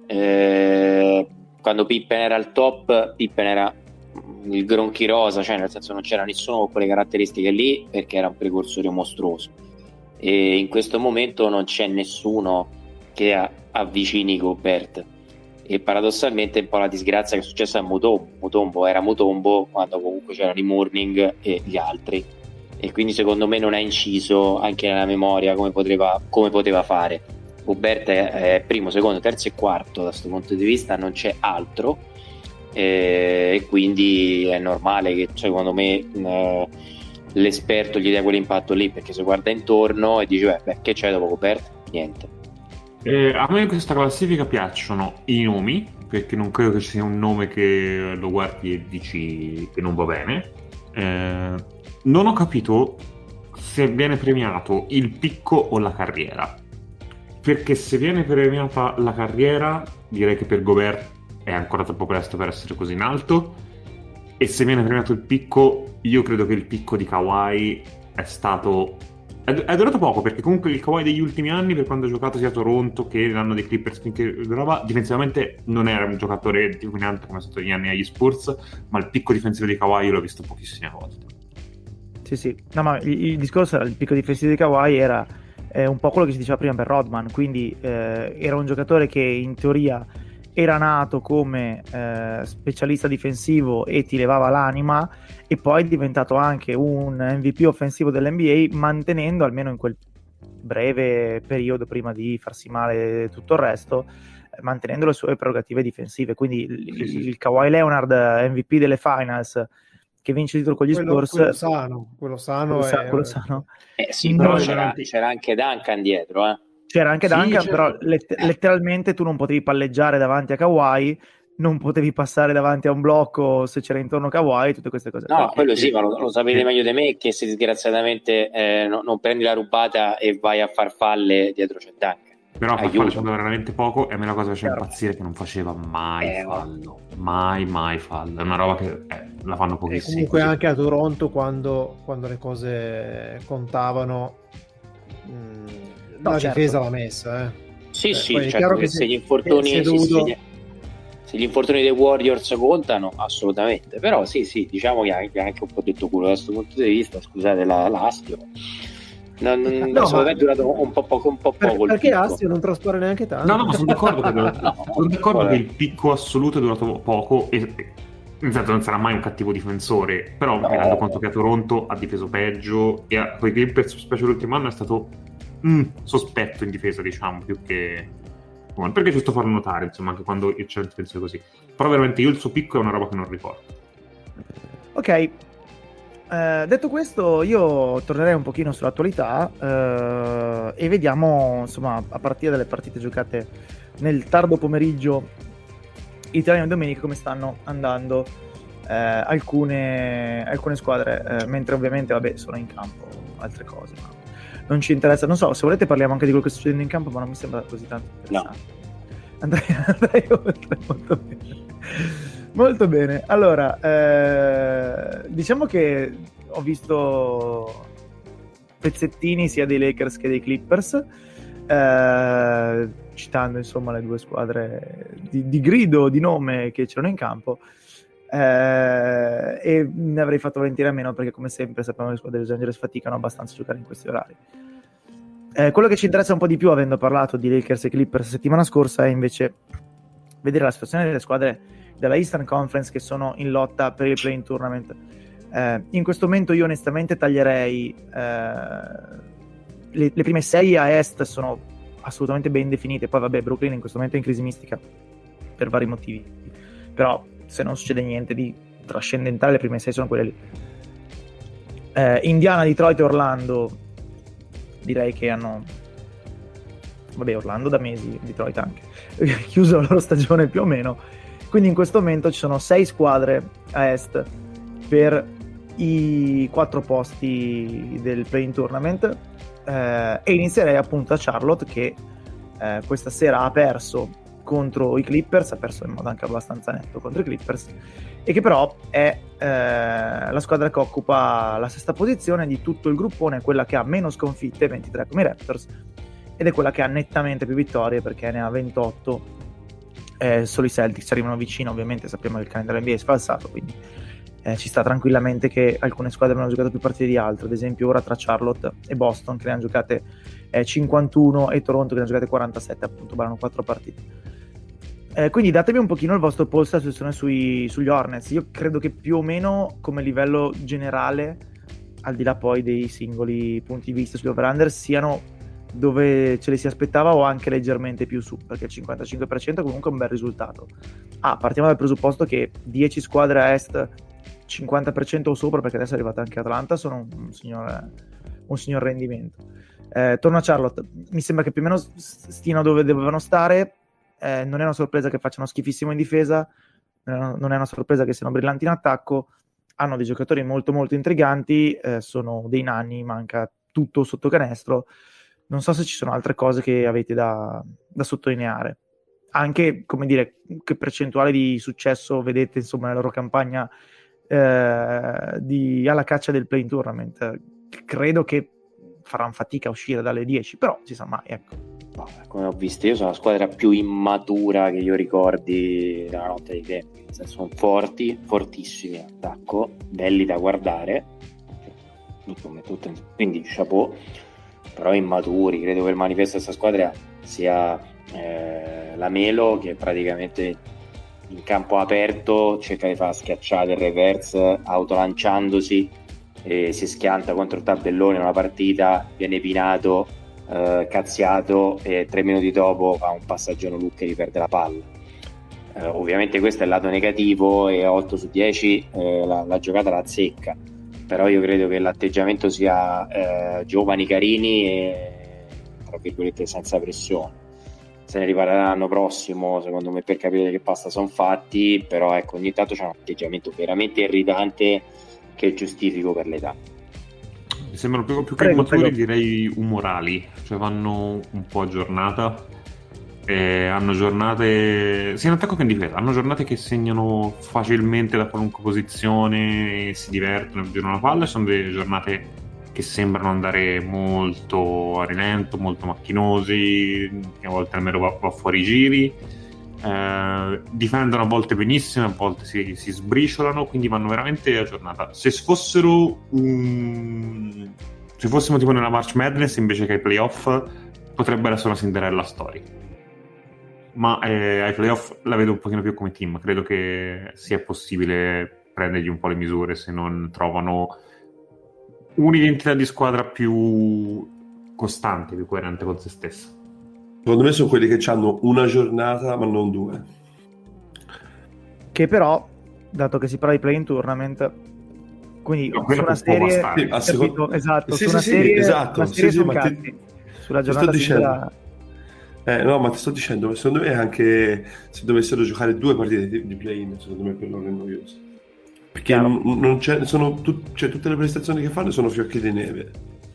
eh, quando Pippen era al top, Pippen era il gronchi rosa, cioè nel senso non c'era nessuno con quelle caratteristiche lì perché era un precursore mostruoso, e in questo momento non c'è nessuno che a- avvicini Gobert, e paradossalmente un po' la disgrazia che è successa a Mutombo. Mutombo era Mutombo quando comunque c'erano i Mourning e gli altri, e quindi secondo me non ha inciso anche nella memoria come poteva, come poteva fare. Gobert è, è primo, secondo, terzo e quarto da questo punto di vista, non c'è altro, e quindi è normale che secondo me eh, l'esperto gli dia quell'impatto lì, perché se guarda intorno e dice beh, che c'è dopo Gobert? Niente. Eh, a me in questa classifica piacciono i nomi, perché non credo che ci sia un nome che lo guardi e dici che non va bene. Eh, non ho capito se viene premiato il picco o la carriera, perché se viene premiata la carriera direi che per Gobert è ancora troppo presto per essere così in alto, e se viene premiato il picco, io credo che il picco di Kawhi è stato è, è durato poco, perché comunque il Kawhi degli ultimi anni, per quando ha giocato sia a Toronto che l'anno dei Clippers che roba, difensivamente non era un giocatore dominante come è stato negli anni agli Spurs, ma il picco difensivo di Kawhi io l'ho visto pochissime volte. Sì, sì. No, ma il, il discorso era il picco difensivo di Kawhi era eh, un po' quello che si diceva prima per Rodman, quindi eh, era un giocatore che in teoria era nato come eh, specialista difensivo e ti levava l'anima, e poi è diventato anche un M V P offensivo dell'N B A, mantenendo almeno in quel breve periodo prima di farsi male tutto il resto, eh, mantenendo le sue prerogative difensive. Quindi il, Sì, sì. il Kawhi Leonard M V P delle finals che vince il titolo con gli quello, Spurs, quello sano, quello sano, quello sa- è, quello sano. Eh sì, No, però no, c'era, veramente- c'era anche Duncan dietro, eh. c'era anche Sì, Duncan, certo. però let- letteralmente tu non potevi palleggiare davanti a Kawhi non potevi passare davanti a un blocco se c'era intorno Kawhi, tutte queste cose. No, qua. quello sì, ma lo, lo sapete Sì. meglio di me che se disgraziatamente eh, no- non prendi la rubata e vai a far falle dietro c'è Dunk. Però fa Aiuto. facendo veramente poco, e a me la cosa faceva Chiaro. impazzire che non faceva mai Eh, no. fallo. Mai, mai fallo. È una roba che eh, la fanno E pochissimo. comunque così. anche a Toronto quando, quando le cose contavano mh, No, la certo. difesa l'ha messa, eh. Sì, Cioè, sì, poi è certo, chiaro che che se se- gli infortuni, se è sì, dovuto- sì, gli- se gli infortuni dei Warriors contano, assolutamente. Però sì, sì, diciamo che anche, anche un po' detto culo da questo punto di vista, scusate la, l'astio. Non, non, No, secondo ma- me è durato un po' poco, un po' Per- poco il perché picco. Astio non traspare neanche tanto. No, no, ma sono d'accordo, che, No, sono d'accordo vabbè. che il picco assoluto è durato poco. E, nel senso, non sarà mai un cattivo difensore. Però No. mi rendo conto che a Toronto ha difeso peggio. E a, con i Clippers, specie l'ultimo anno, è stato mm, sospetto in difesa, diciamo, più che. Perché è giusto farlo notare, insomma, anche quando c'è la difesa così. Però veramente io il suo picco è una roba che non ricordo. Ok, eh, detto questo, io tornerei un pochino sull'attualità eh, e vediamo, insomma, a partire dalle partite giocate nel tardo pomeriggio italiano e domenica, come stanno andando eh, alcune, alcune squadre, eh, mentre ovviamente, vabbè, sono in campo altre cose, ma non ci interessa. Non so, se volete parliamo anche di quello che sta succedendo in campo, ma non mi sembra così tanto interessante. Andrei, andrei oltre, molto bene. Molto bene. Allora, eh, diciamo che ho visto pezzettini sia dei Lakers che dei Clippers, eh, citando insomma le due squadre di, di grido, di nome che c'erano in campo, eh, e ne avrei fatto volentieri a meno perché come sempre sappiamo che le squadre di Los Angeles faticano abbastanza a giocare in questi orari. Eh, quello che ci interessa un po' di più, avendo parlato di Lakers e Clippers settimana scorsa, è invece vedere la situazione delle squadre della Eastern Conference che sono in lotta per il play-in tournament. Eh, in questo momento io onestamente taglierei eh, le, le prime sei a est sono assolutamente ben definite. Poi vabbè, Brooklyn in questo momento è in crisi mistica per vari motivi, però se non succede niente di trascendentale le prime sei sono quelle lì. eh, Indiana, Detroit e Orlando direi che hanno, vabbè, Orlando da mesi, Detroit anche chiuso la loro stagione più o meno, quindi in questo momento ci sono sei squadre a est per i quattro posti del play-in tournament, eh, e inizierei appunto a Charlotte che eh, questa sera ha perso contro i Clippers, ha perso in modo anche abbastanza netto contro i Clippers, e che però è eh, la squadra che occupa la sesta posizione di tutto il gruppone, quella che ha meno sconfitte, ventitré come i Raptors, ed è quella che ha nettamente più vittorie perché ne ha ventotto. Eh, solo i Celtics arrivano vicino, ovviamente sappiamo che il calendario N B A è sfalsato, quindi eh, ci sta tranquillamente che alcune squadre hanno giocato più partite di altre, ad esempio ora tra Charlotte e Boston che ne hanno giocate eh, cinquantuno e Toronto che ne hanno giocate quarantasette, appunto, vanno quattro partite. Eh, quindi datemi un pochino il vostro polso sulla situazione sui, sugli Hornets. Io credo che più o meno come livello generale, al di là poi dei singoli punti di vista sugli over-under, siano dove ce li si aspettava o anche leggermente più su, perché il cinquantacinque per cento comunque è un bel risultato. Ah, partiamo dal presupposto che dieci squadre a est, cinquanta per cento o sopra, perché adesso è arrivata anche Atlanta, sono un signor, un signor rendimento. Eh, torno a Charlotte, mi sembra che più o meno stiano dove dovevano stare. Eh, non è una sorpresa che facciano schifissimo in difesa, non è una sorpresa che siano brillanti in attacco, hanno dei giocatori molto molto intriganti, eh, sono dei nani, manca tutto sotto canestro. Non so se ci sono altre cose che avete da, da sottolineare, anche, come dire, che percentuale di successo vedete insomma nella loro campagna eh, di, alla caccia del play-in tournament. Credo che faranno fatica a uscire dalle dieci, però si sa mai, ecco. Come ho visto, io sono la squadra più immatura che io ricordi della notte dei tempi. Nel senso, sono forti, fortissimi in attacco, belli da guardare, come tutto, quindi chapeau, però immaturi. Credo che il manifesto di questa squadra sia eh, la Melo, che praticamente in campo aperto cerca di fare schiacciate il reverse autolanciandosi e si schianta contro il tabellone in una partita, viene pinato, Uh, cazziato, e tre minuti dopo fa un passaggio no look e riperde la palla. Uh, ovviamente questo è il lato negativo e otto su dieci uh, la, la giocata la azzecca, però io credo che l'atteggiamento sia uh, giovani, carini e tra virgolette senza pressione, se ne riparlerà l'anno prossimo, secondo me, per capire che pasta sono fatti, però ecco, ogni tanto c'è un atteggiamento veramente irritante che giustifico per l'età. Mi sembrano più, più che Prego, maturi, prego. direi umorali, cioè vanno un po' a giornata, e hanno giornate, sia in attacco che in difesa, hanno giornate che segnano facilmente da qualunque posizione, si divertono e girano la palla, e sono delle giornate che sembrano andare molto a rilento, molto macchinosi, a volte almeno va, va fuori i giri, eh, difendono a volte benissimo, a volte si, si sbriciolano, quindi vanno veramente a giornata. Se fossero un... se fossimo tipo nella March Madness invece che ai playoff, potrebbero essere una Cinderella story, ma eh, ai playoff la vedo un pochino più come team. Credo che sia possibile prendergli un po' le misure se non trovano un'identità di squadra più costante, più coerente con se stessa. Secondo me sono quelli che hanno una giornata ma non due. Che però, dato che si parla di play-in tournament, quindi No, su quello una può serie, bastare. Sì, a capito? secondo- Esatto, Sì, su una sì, sì, serie, esatto, una serie sì, sì, sono ma ti- cazzi. Sulla ti sto giornata dicendo. singola, Eh, no, ma ti sto dicendo, secondo me anche se dovessero giocare due partite di, di play-in, secondo me per loro è noioso. Perché Chiaro. n- non c'è, sono tut- cioè, tutte le prestazioni che fanno sono fiocchi di neve.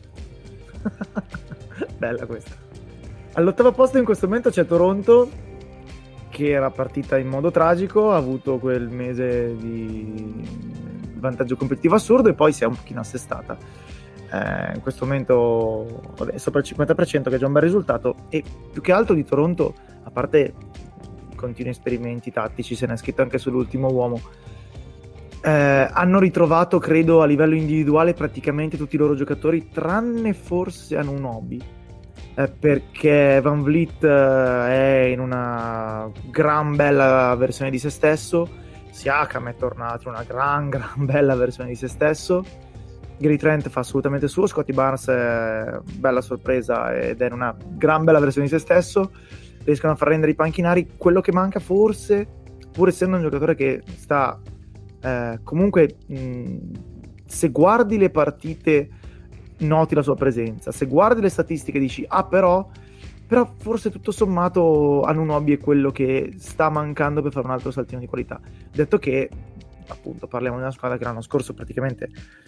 bella questa. All'ottavo posto in questo momento c'è Toronto, che era partita in modo tragico, ha avuto quel mese di vantaggio competitivo assurdo e poi si è un pochino assestata. Eh, in questo momento vabbè, sopra il cinquanta per cento, che è già un bel risultato, e più che altro di Toronto, a parte continui esperimenti tattici, se ne è scritto anche sull'ultimo uomo, eh, hanno ritrovato, credo, a livello individuale praticamente tutti i loro giocatori, tranne forse Anunoby, eh, perché Van Vliet eh, è in una gran bella versione di se stesso, Siakam è tornato in una gran gran bella versione di se stesso, Gary Trent fa assolutamente il suo, Scottie Barnes è bella sorpresa ed è in una gran bella versione di se stesso, riescono a far rendere i panchinari. Quello che manca forse, pur essendo un giocatore che sta eh, comunque mh, se guardi le partite noti la sua presenza, se guardi le statistiche dici ah però però forse tutto sommato Anunoby è quello che sta mancando per fare un altro saltino di qualità, detto che appunto parliamo di una squadra che l'anno scorso praticamente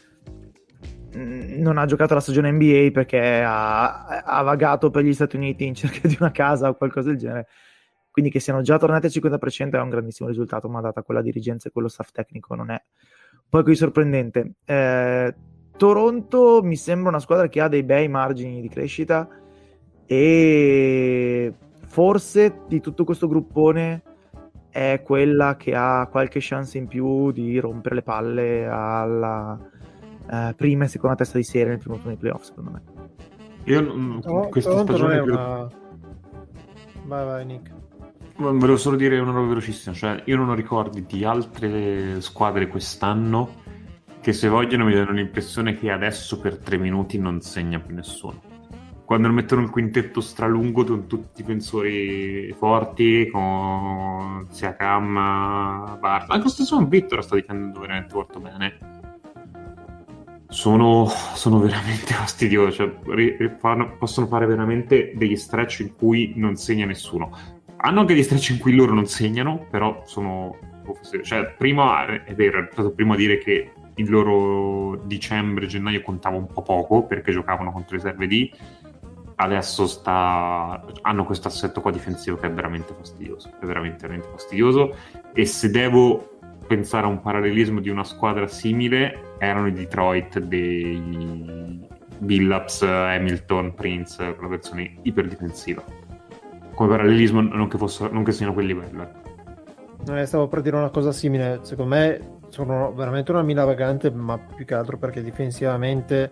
non ha giocato la stagione N B A perché ha, ha vagato per gli Stati Uniti in cerca di una casa o qualcosa del genere, quindi che siano già tornati al cinquanta per cento è un grandissimo risultato, ma data quella dirigenza e quello staff tecnico non è poi così sorprendente. eh, Toronto mi sembra una squadra che ha dei bei margini di crescita e forse di tutto questo gruppone è quella che ha qualche chance in più di rompere le palle alla uh, prima e seconda testa di serie nel primo turno di playoff, secondo me. Io mm, No, questa Toronto non stagione è credo... una... Vai, vai, Nick. Volevo solo dire una roba velocissima, cioè io non ho ricordi di altre squadre quest'anno che, se vogliono, mi danno l'impressione che adesso per tre minuti non segna più nessuno. Quando mettono il quintetto stralungo con tutti i difensori forti, con Siakam, Bart, anche lo stesso Victor sta difendendo veramente molto bene. Sono, sono veramente fastidiosi, cioè, ri- ri- fanno- possono fare veramente degli stretch in cui non segna nessuno. Hanno anche degli stretch in cui loro non segnano, però sono un po' fastidiosi. Cioè, prima è vero, è stato prima a dire che il loro dicembre-gennaio contava un po' poco perché giocavano contro riserve D. Adesso sta... hanno questo assetto qua difensivo che è veramente fastidioso, è veramente, veramente fastidioso. E se devo pensare a un parallelismo di una squadra simile, erano i Detroit dei Billups, Hamilton, Prince, quella versione iperdifensiva. Come parallelismo, non che fossero, non che siano quel livello. Eh, stavo per dire una cosa simile. Secondo me sono veramente una mina vagante, ma più che altro perché difensivamente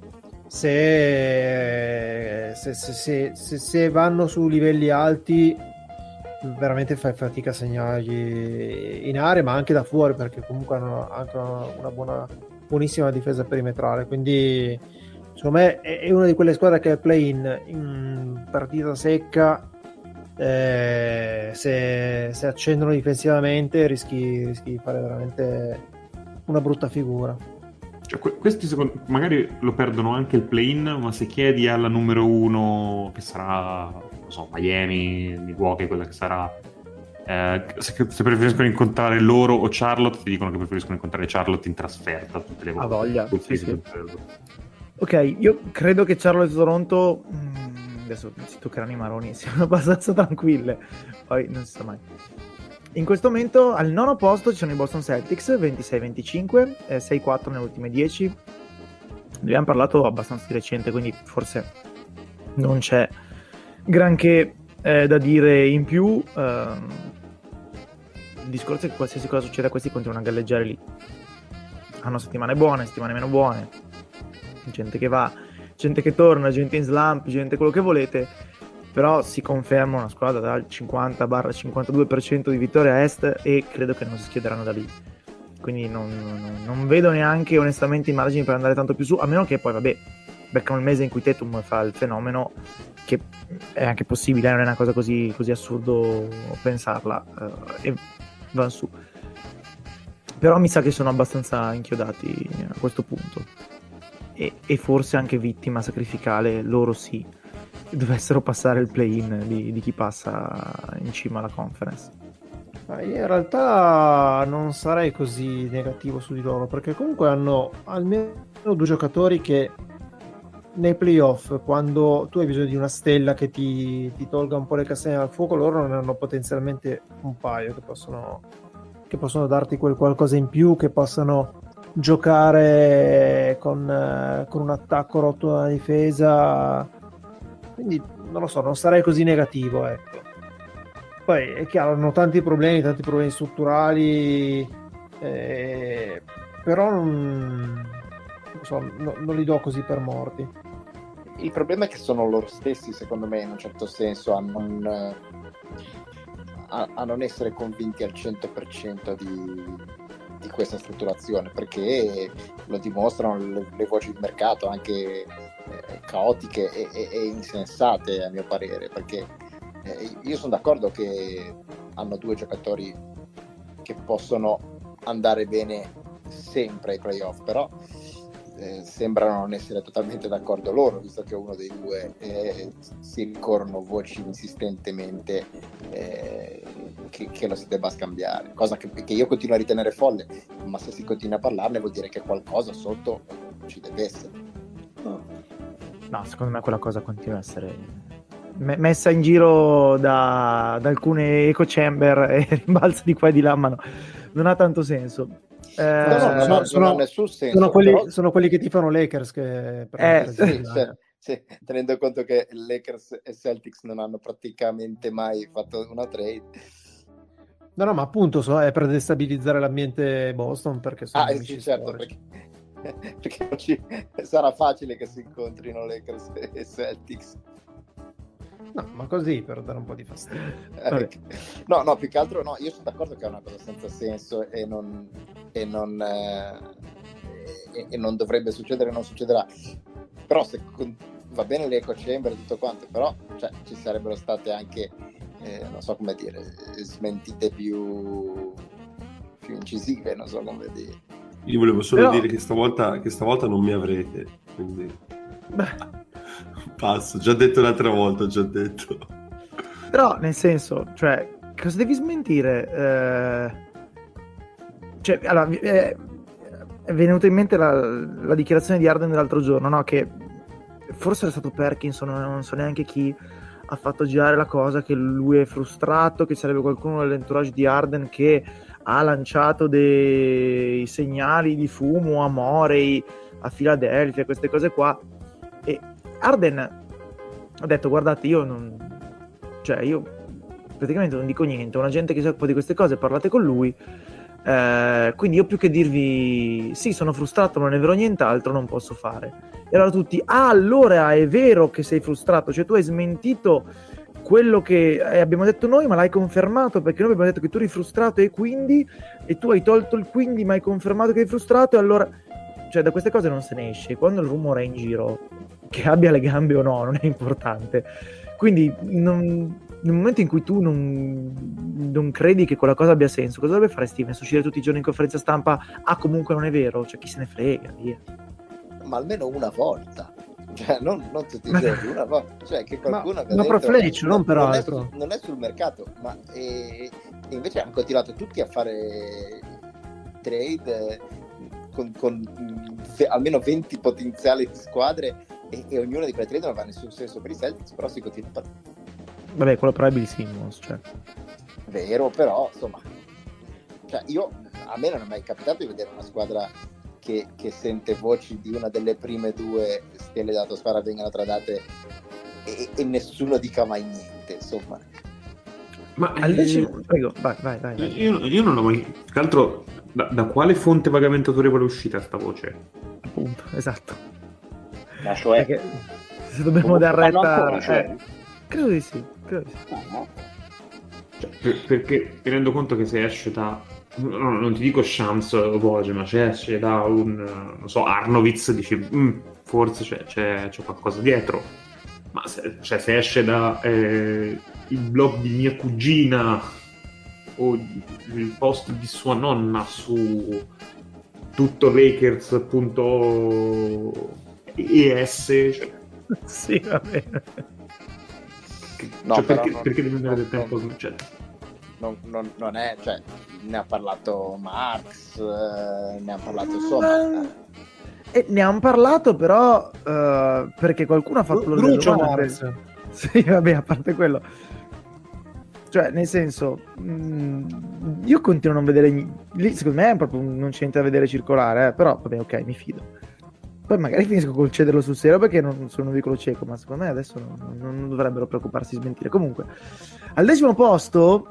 se, se, se, se, se, se vanno su livelli alti veramente fai fatica a segnargli in area, ma anche da fuori, perché comunque hanno anche una, una buona, buonissima difesa perimetrale. Quindi secondo me è, è una di quelle squadre che al play-in in partita secca, eh, se, se accendono difensivamente rischi, rischi di fare veramente una brutta figura. Cioè, que- questi secondo... magari lo perdono anche il play-in, ma se chiedi alla numero uno, che sarà so, Miami, Milwaukee, quella che sarà. Eh, se, se preferiscono incontrare loro o Charlotte, ti dicono che preferiscono incontrare Charlotte in trasferta tutte le volte. A voglia, Tutti, sì, sì. tutte le volte. Ok, io credo che Charlotte e Toronto, mh, adesso si toccheranno i maroni, siano abbastanza tranquille, poi non si sa mai. In questo momento al nono posto ci sono i Boston Celtics, ventisei venticinque, eh, sei quattro nelle ultime dieci. Ne abbiamo parlato abbastanza di recente, quindi forse non c'è granché eh, da dire in più. Ehm, il discorso è che qualsiasi cosa succeda, questi continuano a galleggiare lì. Hanno settimane buone, settimane meno buone, gente che va, gente che torna, gente in slump, gente quello che volete, però si conferma una squadra dal cinquanta cinquantadue per cento di vittoria a est e credo che non si schiederanno da lì. Quindi non, non, non vedo neanche onestamente i margini per andare tanto più su, a meno che poi vabbè beccano il mese in cui Tatum fa il fenomeno, che è anche possibile, non è una cosa così, così assurdo pensarla, uh, e va su. Però mi sa che sono abbastanza inchiodati a questo punto e, e forse anche vittima sacrificale loro sì, dovessero passare il play-in di, di chi passa in cima alla conference. In realtà non sarei così negativo su di loro, perché comunque hanno almeno due giocatori che nei playoff, quando tu hai bisogno di una stella che ti, ti tolga un po' le castagne dal fuoco, loro ne hanno potenzialmente un paio che possono, che possono darti quel qualcosa in più, che possono giocare con, con un attacco rotto dalla difesa. Quindi non lo so, non sarei così negativo, ecco. Poi è chiaro, hanno tanti problemi, tanti problemi strutturali, eh, però non, non, so, no, non li do così per morti. Il problema è che sono loro stessi, secondo me, in un certo senso, a non, a, a non essere convinti al cento per cento di, di questa strutturazione, perché lo dimostrano le, le voci di mercato, anche eh, caotiche e, e, e insensate, a mio parere, perché Eh, io sono d'accordo che hanno due giocatori che possono andare bene sempre ai playoff, però eh, sembrano non essere totalmente d'accordo loro, visto che uno dei due eh, si ricorrono voci insistentemente eh, che, che lo si debba scambiare, cosa che, che io continuo a ritenere folle, ma se si continua a parlarne vuol dire che qualcosa sotto ci deve essere. No, secondo me quella cosa continua a essere messa in giro da, da alcune echo chamber e rimbalza di qua e di là, ma no, non ha tanto senso. Eh, no, no, no, sono, no, non ha nessun senso. Sono quelli, però... sono quelli che tifano Lakers, che eh, sì, sì, sì, tenendo conto che Lakers e Celtics non hanno praticamente mai fatto una trade. No, no, ma appunto so, è per destabilizzare l'ambiente Boston, perché sono ah, eh amici sì, certo, storici. perché, perché non ci, sarà facile che si incontrino Lakers e Celtics. No, ma così per dare un po' di fastidio. Eh, no, no, più che altro no, io sono d'accordo che è una cosa senza senso e non e non, eh, e, e non dovrebbe succedere, non succederà. Però se va bene l'eco chamber e tutto quanto, però cioè, ci sarebbero state anche eh, non so come dire, smentite più più incisive, non so come dire. Io volevo solo Però... dire che stavolta, che stavolta non mi avrete, quindi passo, già detto l'altra volta, ho già detto. Però nel senso, cioè, cosa devi smentire? Eh... Cioè, allora, eh, è venuta in mente la, la dichiarazione di Harden dell'altro giorno, no? Che forse era stato Perkins, non, non so neanche chi, ha fatto girare la cosa che lui è frustrato, che sarebbe qualcuno nell'entourage di Harden che ha lanciato dei segnali di fumo a Morey, a Philadelphia, queste cose qua. E Harden ha detto: guardate, io non, cioè io praticamente non dico niente, una gente che si occupa di queste cose, parlate con lui, eh, quindi io più che dirvi sì, sono frustrato, ma non è vero nient'altro, non posso fare. E allora tutti: ah, allora è vero che sei frustrato, cioè tu hai smentito quello che abbiamo detto noi, ma l'hai confermato, perché noi abbiamo detto che tu eri frustrato e quindi, e tu hai tolto il quindi, ma hai confermato che eri frustrato, e allora, cioè, da queste cose non se ne esce. Quando il rumore è in giro, che abbia le gambe o no, non è importante. Quindi non, nel momento in cui tu non, non credi che quella cosa abbia senso, cosa dovrebbe fare Stevens? Uscire tutti i giorni in conferenza stampa: ah, comunque non è vero, cioè chi se ne frega, via. Ma almeno una volta cioè non, non tutti i Ma- giorni, una volta, cioè che qualcuno Ma- abbia ma detto, per Fletch, non per è altro. su- non è sul mercato, ma e, e invece hanno continuato tutti a fare trade eh, con, con mh, se- almeno venti potenziali squadre e, e ognuna di quelle trade non va nessun senso per i Celtics, però si continua a fare. Vabbè, quello però è Bill Simmons, cioè. Vero, però insomma, cioè io a me non è mai capitato di vedere una squadra che, che sente voci di una delle prime due stelle della tua squadra vengano tradate e, e nessuno dica mai niente, insomma. Ma Al eh, decimo, prego, vai, vai, vai. vai. io, io non ho mai. Più che altro, da, da quale fonte vagamente autorevole è uscita sta voce? Appunto, esatto. Ma cioè, Perché se dobbiamo comunque dar fanno retta... ancora, cioè? eh, credo di sì, credo di sì. no, no. Cioè, per- perché mi rendo conto che se esce da. No, non ti dico Shams o Voce, ma se esce da un. eh, Non so, Arnovitz, dici. "Mm, forse c'è, c'è- c'è qualcosa dietro. Ma se, cioè, se esce da eh, il blog di mia cugina o il post di sua nonna su tutto Lakers punto es, cioè, Sì, va bene. No, cioè, però perché, non- perché devi andare del non- tempo? Cioè, Non, non- non è, cioè, ne ha parlato Marx, eh, ne ha parlato insomma. Ma- E ne hanno parlato però eh, perché qualcuno ha fatto loro delle Brucio domande. Marx. Sì, vabbè, a parte quello. Cioè, nel senso, mh, io continuo a non vedere... ni- Lì, secondo me, è proprio un- non c'è niente da vedere circolare, eh, però, vabbè, ok, mi fido. Poi magari finisco col cederlo sul serio perché non sono un vicolo cieco, ma secondo me adesso non, non dovrebbero preoccuparsi di smentire. Comunque, al decimo posto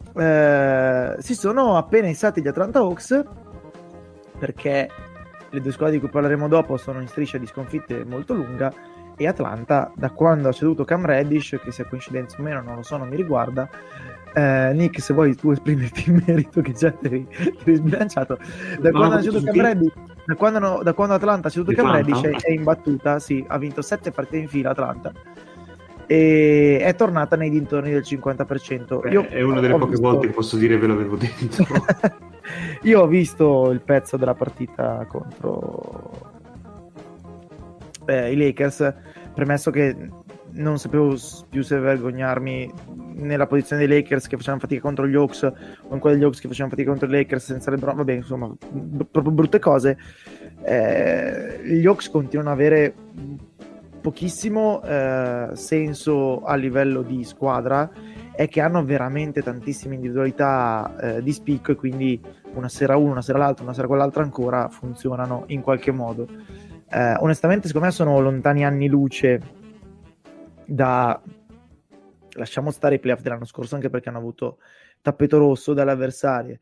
eh, si sono appena issati gli Atlanta Hawks, perché le due squadre di cui parleremo dopo sono in striscia di sconfitte molto lunga, e Atlanta, da quando ha ceduto Cam Reddish, che sia coincidenza o meno non lo so, non mi riguarda. eh, Nick, se vuoi tu esprimerti in merito, che già ti eri, ti eri sbilanciato, da No, quando no, ha ceduto su Cam chi? Reddish, da quando, hanno- da quando Atlanta ha ceduto Cam Atlanta? Reddish è, è in battuta, sì, ha vinto sette partite in fila Atlanta e è tornata nei dintorni del cinquanta per cento. Beh, Io è una delle ho poche visto- volte che posso dire ve l'avevo detto. Io ho visto il pezzo della partita contro eh, i Lakers, premesso che non sapevo s- più se vergognarmi nella posizione dei Lakers che facevano fatica contro gli Hawks o in quella degli Hawks che facevano fatica contro i Lakers senza LeBron, vabbè, insomma, b- proprio brutte cose. Eh, gli Hawks continuano ad avere pochissimo eh, senso a livello di squadra, è che hanno veramente tantissime individualità eh, di spicco, e quindi una sera uno, una sera l'altro, una sera quell'altra ancora funzionano in qualche modo. Eh, onestamente secondo me sono lontani anni luce da, lasciamo stare i playoff dell'anno scorso, anche perché hanno avuto tappeto rosso dalle avversarie,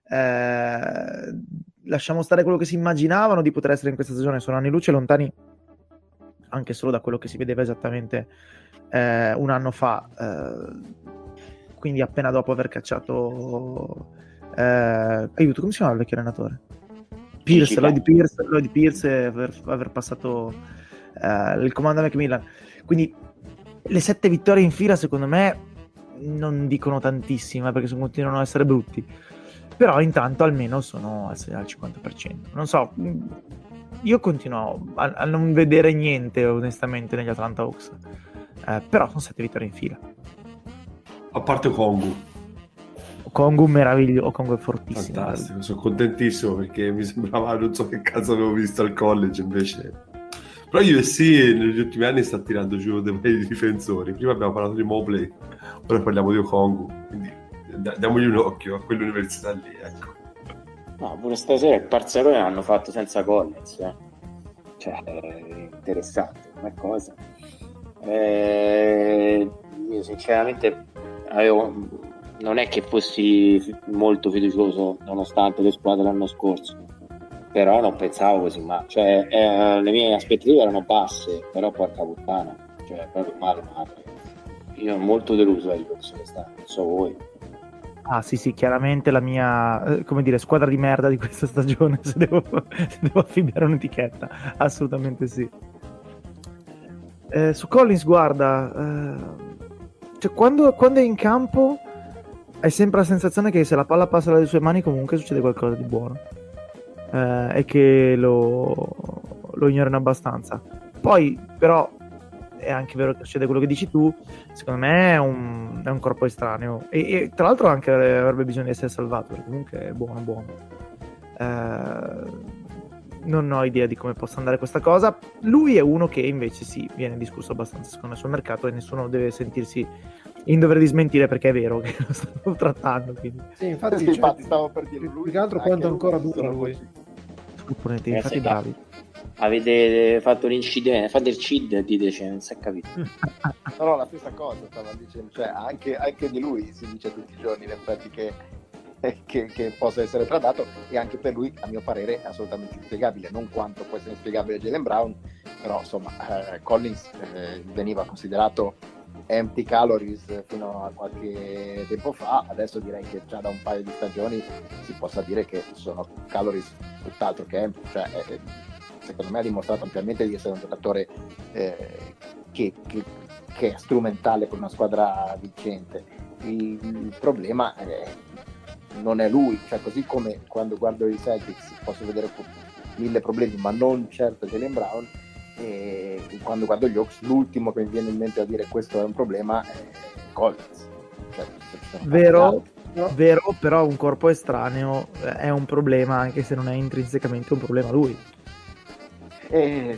eh, lasciamo stare quello che si immaginavano di poter essere in questa stagione, sono anni luce lontani anche solo da quello che si vedeva esattamente eh, un anno fa, eh, quindi appena dopo aver cacciato eh, aiuto, come si chiama il vecchio allenatore? Pierce, Chica. Lloyd Pierce, Lloyd Pierce e aver, aver passato eh, il comando a Macmillan. Quindi le sette vittorie in fila secondo me non dicono tantissimo, eh, perché sono- continuano a essere brutti, però intanto almeno sono al al cinquanta per cento. Non so, mh, io continuo a, a non vedere niente onestamente negli Atlanta Hawks, eh, però sono sette vittorie in fila. A parte Kongu, Kongu meraviglioso, Kongu è fortissimo. fantastico, sono contentissimo perché mi sembrava, non so che cazzo avevo visto al college, invece. Però U S C negli ultimi anni sta tirando giù dei bei difensori. Prima abbiamo parlato di Mobley, ora parliamo di Kongu, quindi d- diamogli un occhio a quell'università lì, ecco. No, pure stasera il Barcellona l'hanno fatto senza Collins, eh. Cioè, è interessante come cosa. Eh, io sinceramente avevo, non è che fossi fi- molto fiducioso nonostante le squadre l'anno scorso, però non pensavo così, ma cioè, eh, le mie aspettative erano basse, però porca puttana, cioè proprio male male. Io sono molto deluso dagli Hawks quest'anno, non so voi. Ah sì sì, chiaramente la mia, eh, come dire, squadra di merda di questa stagione, se devo, se devo affibbiare un'etichetta, assolutamente sì. Eh, su Collins, guarda, eh, cioè quando, quando è in campo hai sempre la sensazione che se la palla passa dalle sue mani comunque succede qualcosa di buono, eh, e che lo, lo ignorano abbastanza. poi però è anche vero che succede quello che dici tu, secondo me è un, è un corpo estraneo e, e tra l'altro anche avrebbe bisogno di essere salvato perché comunque è buono buono. Eh, non ho idea di come possa andare questa cosa. Lui è uno che invece sì, viene discusso abbastanza secondo me sul mercato e nessuno deve sentirsi in dovere di smentire perché è vero che lo stanno trattando, quindi. Sì, infatti, Sì, cioè, infatti stavo per dire lui, più che altro anche quanto lui ancora sono dura lui. voci. Supponete, Eh, infatti sì, bravi. Avete fatto l'incidente, fate il C I D e diteci, non si è capito. No, no, la stessa cosa stavo dicendo, cioè anche, anche di lui si dice tutti i giorni in effetti che, che, che possa essere tradato e anche per lui a mio parere è assolutamente inspiegabile, non quanto può essere inspiegabile Jaylen Brown, però insomma eh, Collins eh, veniva considerato empty calories fino a qualche tempo fa, adesso direi che già da un paio di stagioni si possa dire che sono calories tutt'altro che empty, cioè eh, secondo me ha dimostrato ampiamente di essere un giocatore eh, che, che, che è strumentale per una squadra vincente. Il, il problema è, non è lui, cioè così come quando guardo i Celtics posso vedere mille problemi, ma non certo Jaylen Brown, e quando guardo gli Hawks l'ultimo che mi viene in mente a dire questo è un problema è Collins. Cioè, vero, no. Vero, però un corpo estraneo è un problema anche se non è intrinsecamente un problema lui. Eh,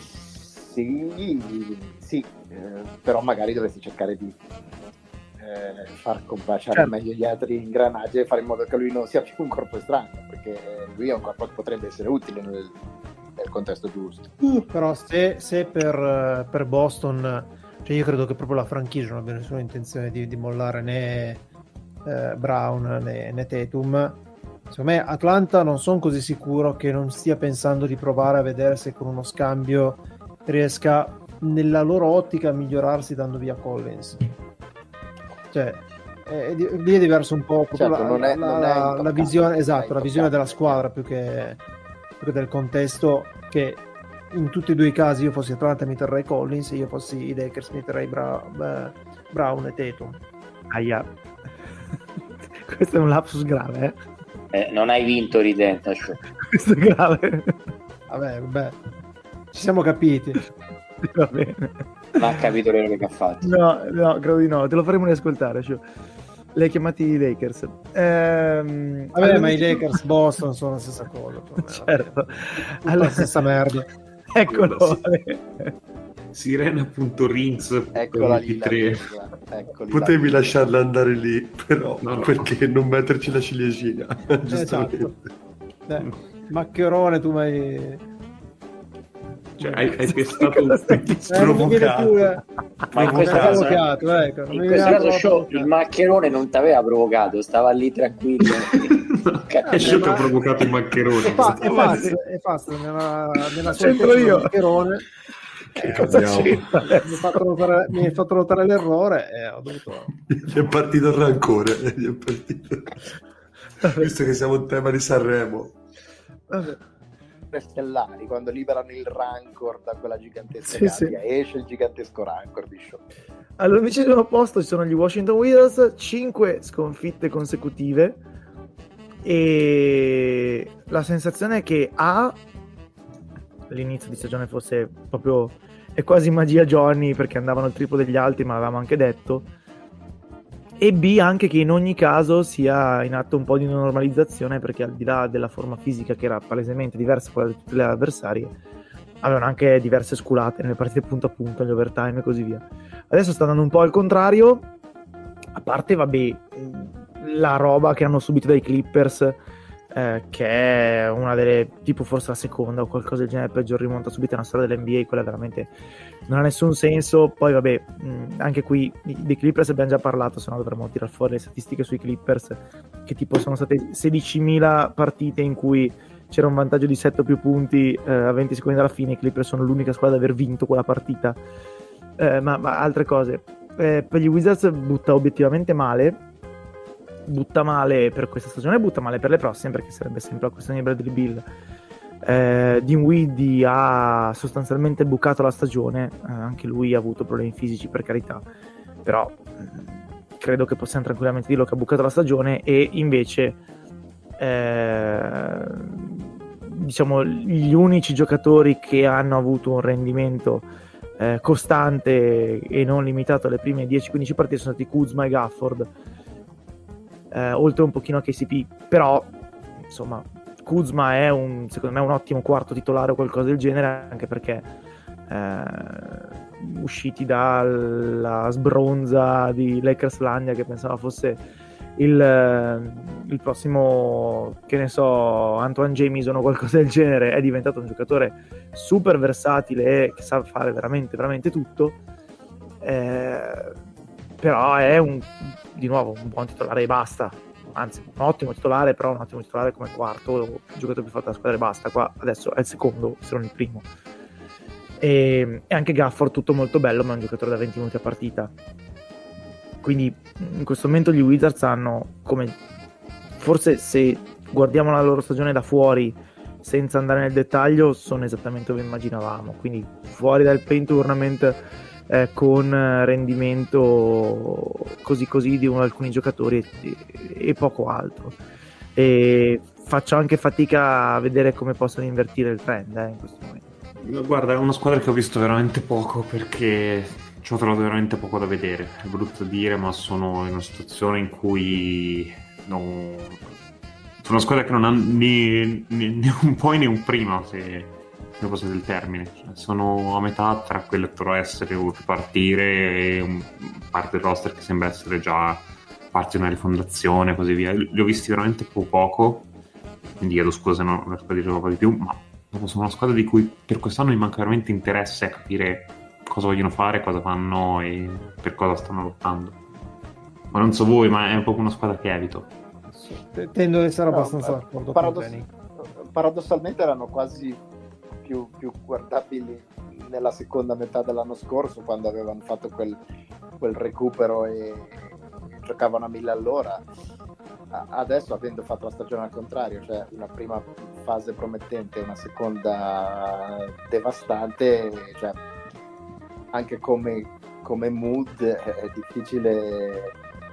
sì, sì, eh, però magari dovresti cercare di eh, far combaciare certo. meglio gli altri ingranaggi e fare in modo che lui non sia più un corpo estraneo, perché lui è un corpo che potrebbe essere utile nel, nel contesto giusto. Uh, però se, se per, per Boston, cioè io credo che proprio la franchigia non abbia nessuna intenzione di, di mollare né eh, Brown né, né Tatum. Secondo me Atlanta non sono così sicuro che non stia pensando di provare a vedere se con uno scambio riesca nella loro ottica a migliorarsi dando via Collins. Cioè è, lì è diverso un po' certo, la, non è, la, non la, è la visione, esatto, la visione della diciamo. squadra più che, più che del contesto, che in tutti e due i casi io fossi Atlanta mi terrei Collins e io fossi i Lakers mi terrei Bra- Bra- Brown e Tatum. Aia. Questo è un lapsus grave, eh? Eh, non hai vinto ridenta, cioè. Questo è grave. Vabbè, vabbè, ci siamo capiti. Va bene. Non ha capito l'errore che ha fatto. No, no, credo di no. Te lo faremo riascoltare. Cioè. Li hai chiamati i Lakers. Ehm, vabbè, allora, ma i Lakers Boston sono la stessa cosa. Certo. Allora, la stessa merda. Eccolo. Sirena.rins eccola lì, potevi lasciarla andare lì, però no, no. perché non metterci la ciliegina? Esatto. Eh, maccherone, tu mai cioè hai, hai testato un sprovocato, eh, ma in questo caso, provocato, ecco. in questo caso show, il maccherone non ti aveva provocato, stava lì tranquillo. È show che ha provocato il maccherone. È, fa- è facile, è facile nella, nella c'entro io. Maccherone. Che cosa c'entra? Mi hai fatto notare, mi hai fatto notare l'errore e ho dovuto. Gli è partito il rancore. Gli è partito. Visto che siamo in tema di Sanremo. Vabbè. Stellari, quando liberano il rancor da quella gigantesca sì, gabbia, sì. Esce il gigantesco rancor di show. All'undicesimo posto ci sono gli Washington Wizards, cinque sconfitte consecutive e la sensazione è che A, l'inizio di stagione fosse proprio è quasi magia Johnny perché andavano il triplo degli altri, ma l'avevamo anche detto, e B anche che in ogni caso sia in atto un po' di normalizzazione, perché al di là della forma fisica che era palesemente diversa da quella di tutte le avversarie, avevano anche diverse sculate nelle partite punto a punto, negli overtime e così via. Adesso sta andando un po' al contrario, a parte vabbè la roba che hanno subito dai Clippers, eh, che è una delle, tipo forse la seconda o qualcosa del genere, peggior rimonta subita nella storia dell'N B A, quella veramente non ha nessun senso. Poi vabbè, mh, anche qui dei Clippers abbiamo già parlato, se no dovremmo tirar fuori le statistiche sui Clippers, che tipo sono state sedicimila partite in cui c'era un vantaggio di sette o più punti eh, a venti secondi dalla fine. I Clippers sono l'unica squadra ad aver vinto quella partita, eh, ma, ma altre cose, eh, per gli Wizards butta obiettivamente male, butta male per questa stagione, butta male per le prossime, perché sarebbe sempre la questione di Bradley Beal. eh, Dinwiddie ha sostanzialmente bucato la stagione, eh, anche lui ha avuto problemi fisici per carità, però mh, credo che possiamo tranquillamente dirlo che ha bucato la stagione. E invece eh, diciamo gli unici giocatori che hanno avuto un rendimento eh, costante e non limitato alle prime dieci quindici partite sono stati Kuzma e Gafford, eh, oltre un pochino a K C P, però insomma Kuzma è un, secondo me un ottimo quarto titolare o qualcosa del genere, anche perché eh, usciti dalla sbronza di Lakerslandia che pensava fosse il, il prossimo, che ne so, Antoine Jamison o qualcosa del genere, è diventato un giocatore super versatile e che sa fare veramente veramente tutto, eh, però è un, di nuovo un buon titolare e basta, anzi un ottimo titolare, però un ottimo titolare come quarto giocatore più forte della squadra e basta. Qua adesso è il secondo, se non il primo. E, e anche Gafford tutto molto bello, ma è un giocatore da venti minuti a partita, quindi in questo momento gli Wizards hanno, come forse se guardiamo la loro stagione da fuori senza andare nel dettaglio, sono esattamente dove immaginavamo, quindi fuori dal play tournament, eh, con rendimento così così di uno, alcuni giocatori e, e poco altro, e faccio anche fatica a vedere come possono invertire il trend eh, in questo momento. Guarda, è una squadra che ho visto veramente poco, perché ci ho trovato veramente poco da vedere. È brutto dire, ma sono in una situazione in cui non... sono una squadra che non ha né, né, né un poi né un prima, se ne posso dire il termine. Cioè, sono a metà tra quello che dovrà essere un ripartire e un, parte del roster che sembra essere già parte di una rifondazione e così via. Li ho visti veramente poco poco, quindi chiedo scusa se non riesco a dire un po' di più, ma sono una squadra di cui per quest'anno mi manca veramente interesse a capire cosa vogliono fare, cosa fanno e per cosa stanno lottando. Ma non so voi, ma è proprio una squadra che evito. Tendo ad essere No, abbastanza d'accordo paradoss- con Benny. Paradossalmente erano quasi più, più guardabili nella seconda metà dell'anno scorso, quando avevano fatto quel, quel recupero e, e giocavano a mille all'ora. Adesso, avendo fatto la stagione al contrario, cioè una prima fase promettente e una seconda devastante, cioè anche come, come mood è difficile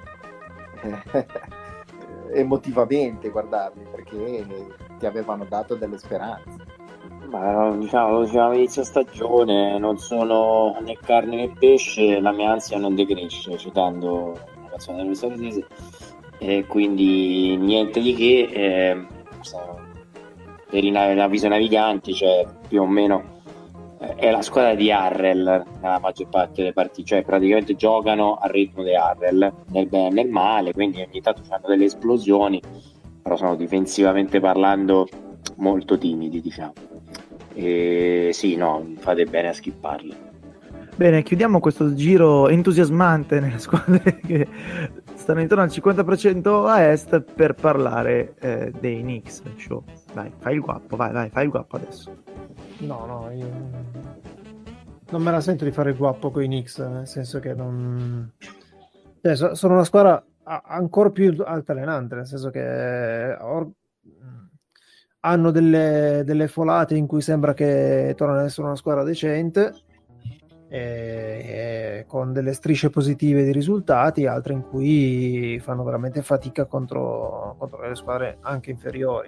emotivamente guardarli, perché ti avevano dato delle speranze. Ma diciamo, lo dicevamo inizio stagione, non sono né carne né pesce, la mia ansia non decresce, citando una canzone dell'Università Tese, e quindi niente di che, eh, per i nav- avviso naviganti, cioè più o meno eh, è la squadra di Harrell nella maggior parte delle partite, cioè praticamente giocano al ritmo di Harrell, nel bene e nel male, quindi ogni tanto fanno delle esplosioni, però sono difensivamente parlando molto timidi, diciamo. E sì, no, fate bene a skipparli. Bene, chiudiamo questo giro entusiasmante nelle squadre che stanno intorno al cinquanta per cento a est per parlare eh, dei Knicks. Show. Dai, fai il guappo, vai, vai, fai il guappo adesso. No, no, io non me la sento di fare il guappo con i Knicks, nel senso che non... Cioè, so- sono una squadra a- ancora più altalenante, nel senso che or- hanno delle, delle folate in cui sembra che tornano ad essere una squadra decente, e, e con delle strisce positive di risultati, altre in cui fanno veramente fatica contro, contro le squadre anche inferiori.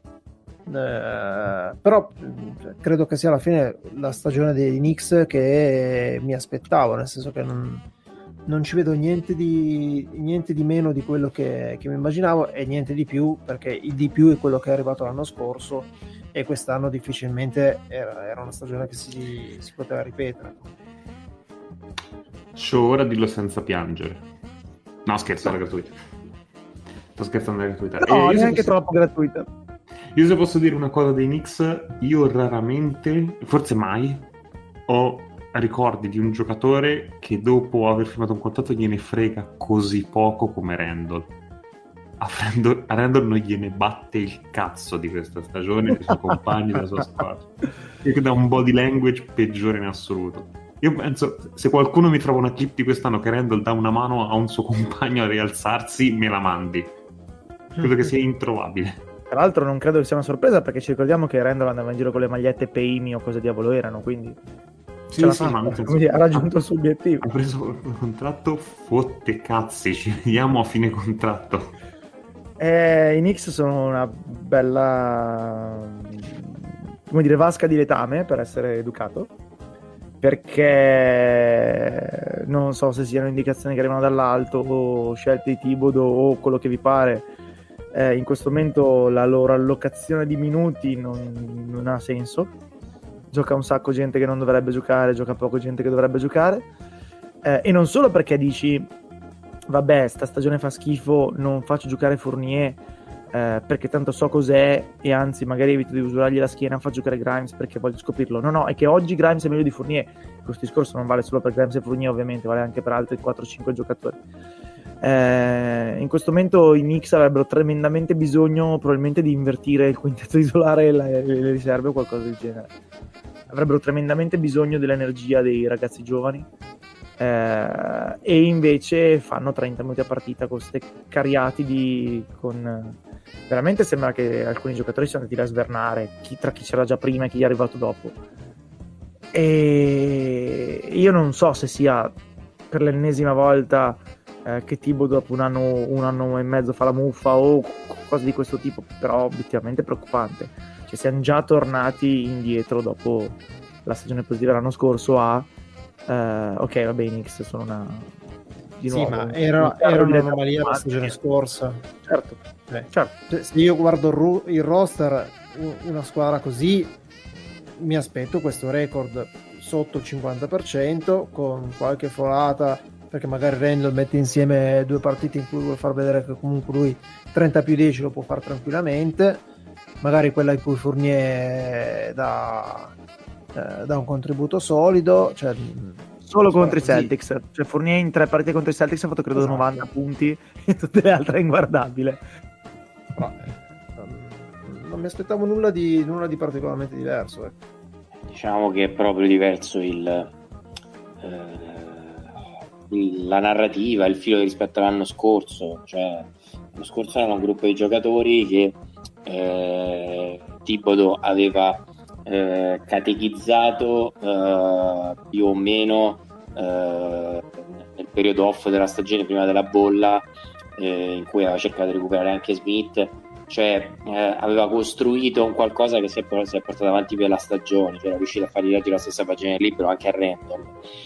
Eh, però credo che sia alla fine la stagione dei Knicks che mi aspettavo, nel senso che non, non ci vedo niente di, niente di meno di quello che, che mi immaginavo, e niente di più, perché il di più è quello che è arrivato l'anno scorso, e quest'anno difficilmente era, era una stagione che si, si poteva ripetere. Show, ora dillo senza piangere. No, scherzo, è gratuita. Sto scherzando, è gratuita. No, Eh, io neanche se posso... troppo gratuita. Io se posso dire una cosa dei Knicks, io raramente, forse mai, ho ricordi di un giocatore che dopo aver firmato un contratto gliene frega così poco come Randall. A Randall, a Randall non gliene batte il cazzo di questa stagione, dei suoi compagni, della sua squadra. E che dà un body language peggiore in assoluto. Io penso, se qualcuno mi trova una clip di quest'anno che Randall dà una mano a un suo compagno a rialzarsi, me la mandi. Credo che sia introvabile. Tra l'altro non credo che sia una sorpresa, perché ci ricordiamo che Randall andava in giro con le magliette Payme o cosa diavolo erano, quindi Sì, ce l'ha sì, fatta, ma nel senso, quindi ha raggiunto il suo obiettivo. Ha preso un contratto, fotte cazzi, ci vediamo a fine contratto. Eh, I Knicks sono una bella, come dire, vasca di letame, per essere educato. perché non so se siano indicazioni che arrivano dall'alto o scelte di Thibodeau o quello che vi pare. Eh, in questo momento la loro allocazione di minuti non, non ha senso. Gioca un sacco gente che non dovrebbe giocare, gioca poco gente che dovrebbe giocare, eh, e non solo perché dici vabbè, sta stagione fa schifo, non faccio giocare Fournier eh, perché tanto so cos'è e anzi magari evito di usurargli la schiena, faccio giocare Grimes perché voglio scoprirlo. No, no, è che oggi Grimes è meglio di Fournier. Questo discorso non vale solo per Grimes e Fournier, ovviamente vale anche per altri quattro cinque giocatori. Eh, in questo momento i Knicks avrebbero tremendamente bisogno probabilmente di invertire il quintetto titolare e le, le riserve o qualcosa del genere. Avrebbero tremendamente bisogno dell'energia dei ragazzi giovani, eh, e invece fanno trenta minuti a partita con queste cariati di con veramente sembra che alcuni giocatori siano andati a svernare chi, tra chi c'era già prima e chi è arrivato dopo, e io non so se sia per l'ennesima volta eh, che Thibodeau dopo un anno, un anno e mezzo fa la muffa o cose di questo tipo, però obiettivamente è preoccupante. Cioè siamo già tornati indietro dopo la stagione positiva l'anno scorso a eh, ok, vabbè, i Knicks sono una di sì, nuovo, ma era, era un'anomalia la stagione scorsa. Certo, eh. certo. Se io guardo il, ru- il roster, una squadra così mi aspetto questo record sotto il cinquanta per cento con qualche folata, perché magari Randall mette insieme due partite in cui vuole far vedere che comunque lui trenta più dieci lo può fare tranquillamente, magari quella in cui Fournier dà, eh, dà un contributo solido, cioè solo contro i Celtics, cioè Fournier in tre partite contro i Celtics ha fatto credo esatto. novanta punti e tutte le altre è inguardabile. Però, eh, non mi aspettavo nulla di, nulla di particolarmente diverso, eh. Diciamo che è proprio diverso il, eh, il la narrativa, il filo rispetto all'anno scorso. Cioè l'anno scorso era un gruppo di giocatori che eh, Thibodeau aveva eh, catechizzato eh, più o meno eh, nel periodo off della stagione prima della bolla, eh, in cui aveva cercato di recuperare anche Smith. Cioè eh, aveva costruito un qualcosa che si è, si è portato avanti per la stagione, cioè era riuscito a fargli leggere la stessa pagina del libro anche a Randall.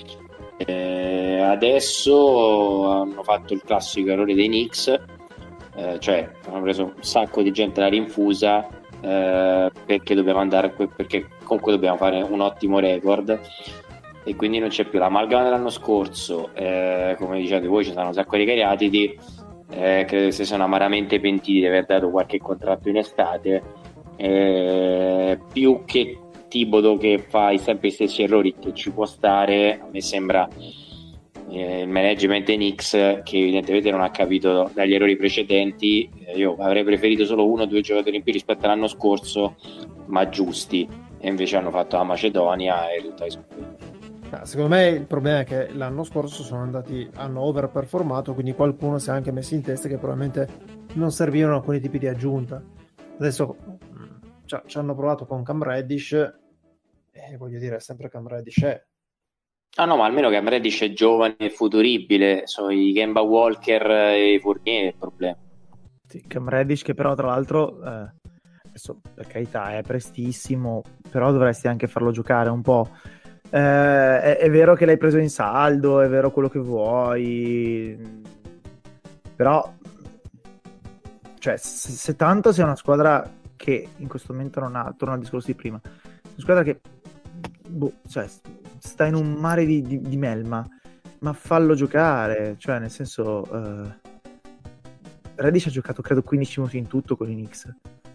Eh, adesso hanno fatto il classico errore dei Knicks, eh, cioè hanno preso un sacco di gente alla rinfusa eh, perché dobbiamo andare perché comunque dobbiamo fare un ottimo record e quindi non c'è più l'amalgama dell'anno scorso, eh, come dicete voi ci sono un sacco di cariatidi. Eh, credo che si siano amaramente pentiti di aver dato qualche contratto in estate, eh, più che Thibodeau che fa sempre gli stessi errori, che ci può stare. A me sembra eh, il management dei Knicks che evidentemente non ha capito dagli errori precedenti. Eh, io avrei preferito solo uno o due giocatori in più rispetto all'anno scorso, ma giusti, e invece hanno fatto la Macedonia e il risultato è secondo me il problema è che l'anno scorso sono andati, hanno overperformato, quindi qualcuno si è anche messo in testa che probabilmente non servivano alcuni tipi di aggiunta. Adesso cioè, ci hanno provato con Cam Reddish e voglio dire sempre Cam Reddish è ah no, ma almeno Cam Reddish è giovane e futuribile, sono i Kemba Walker e i Fournier il problema. Sì, Cam Reddish che però tra l'altro eh, adesso per carità è prestissimo, però dovresti anche farlo giocare un po'. Eh, è, è vero che l'hai preso in saldo, è vero quello che vuoi, però cioè se, se tanto sei una squadra che in questo momento non ha, torno al discorso di prima, una squadra che boh, cioè, sta in un mare di, di, di melma, ma fallo giocare, cioè nel senso uh, Reddish ha giocato credo quindici minuti in tutto con i Knicks,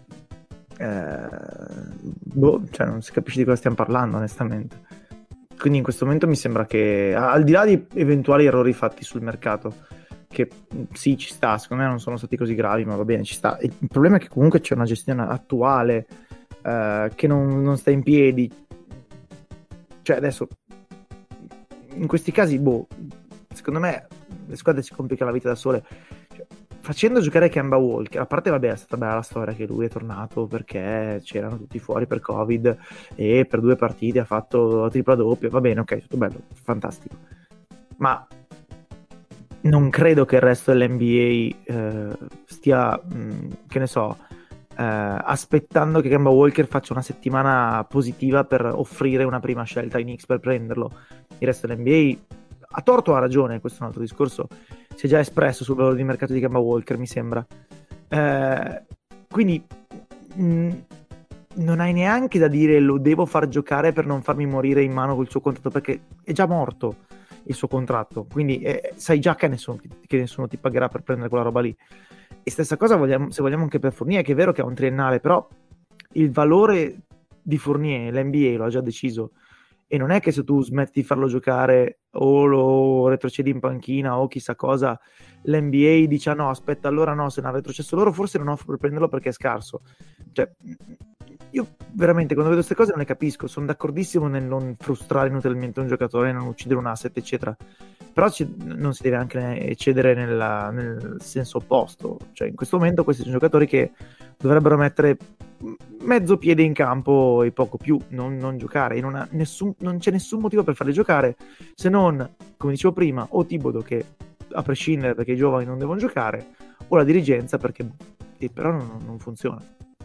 eh, boh, cioè non si capisce di cosa stiamo parlando onestamente. Quindi in questo momento mi sembra che, al di là di eventuali errori fatti sul mercato, che sì ci sta, secondo me non sono stati così gravi, ma va bene, ci sta. Il problema è che comunque c'è una gestione attuale eh, che non, non sta in piedi. Cioè adesso, in questi casi, boh, secondo me le squadre si complicano la vita da sole. Cioè, facendo giocare Kemba Walker, a parte vabbè è stata bella la storia che lui è tornato perché c'erano tutti fuori per Covid e per due partite ha fatto la tripla doppia, va bene, ok, tutto bello, fantastico, ma non credo che il resto dell'N B A eh, stia mh, che ne so eh, aspettando che Kemba Walker faccia una settimana positiva per offrire una prima scelta ai Knicks per prenderlo. Il resto dell'N B A, a torto o a ragione, questo è un altro discorso, si è già espresso sul valore di mercato di Kemba Walker, mi sembra. Eh, quindi mh, non hai neanche da dire lo devo far giocare per non farmi morire in mano col suo contratto, perché è già morto il suo contratto, quindi eh, sai già che nessuno, che nessuno ti pagherà per prendere quella roba lì. E stessa cosa vogliamo, se vogliamo anche per Fournier, che è vero che ha un triennale, però il valore di Fournier l'N B A lo ha già deciso, e non è che se tu smetti di farlo giocare o lo retrocedi in panchina o chissà cosa, l'N B A dice ah no, aspetta, allora no, se ne ha retrocesso loro forse non offro per prenderlo perché è scarso. Cioè, io veramente quando vedo queste cose non le capisco, sono d'accordissimo nel non frustrare inutilmente un giocatore, non uccidere un asset eccetera, però ci, non si deve anche eccedere nella, nel senso opposto. Cioè in questo momento questi sono giocatori che dovrebbero mettere mezzo piede in campo e poco più, non, non giocare, non, ha nessun, non c'è nessun motivo per farli giocare se non, come dicevo prima, o Thibodeau, che a prescindere perché i giovani non devono giocare, o la dirigenza perché eh, però non, non funziona.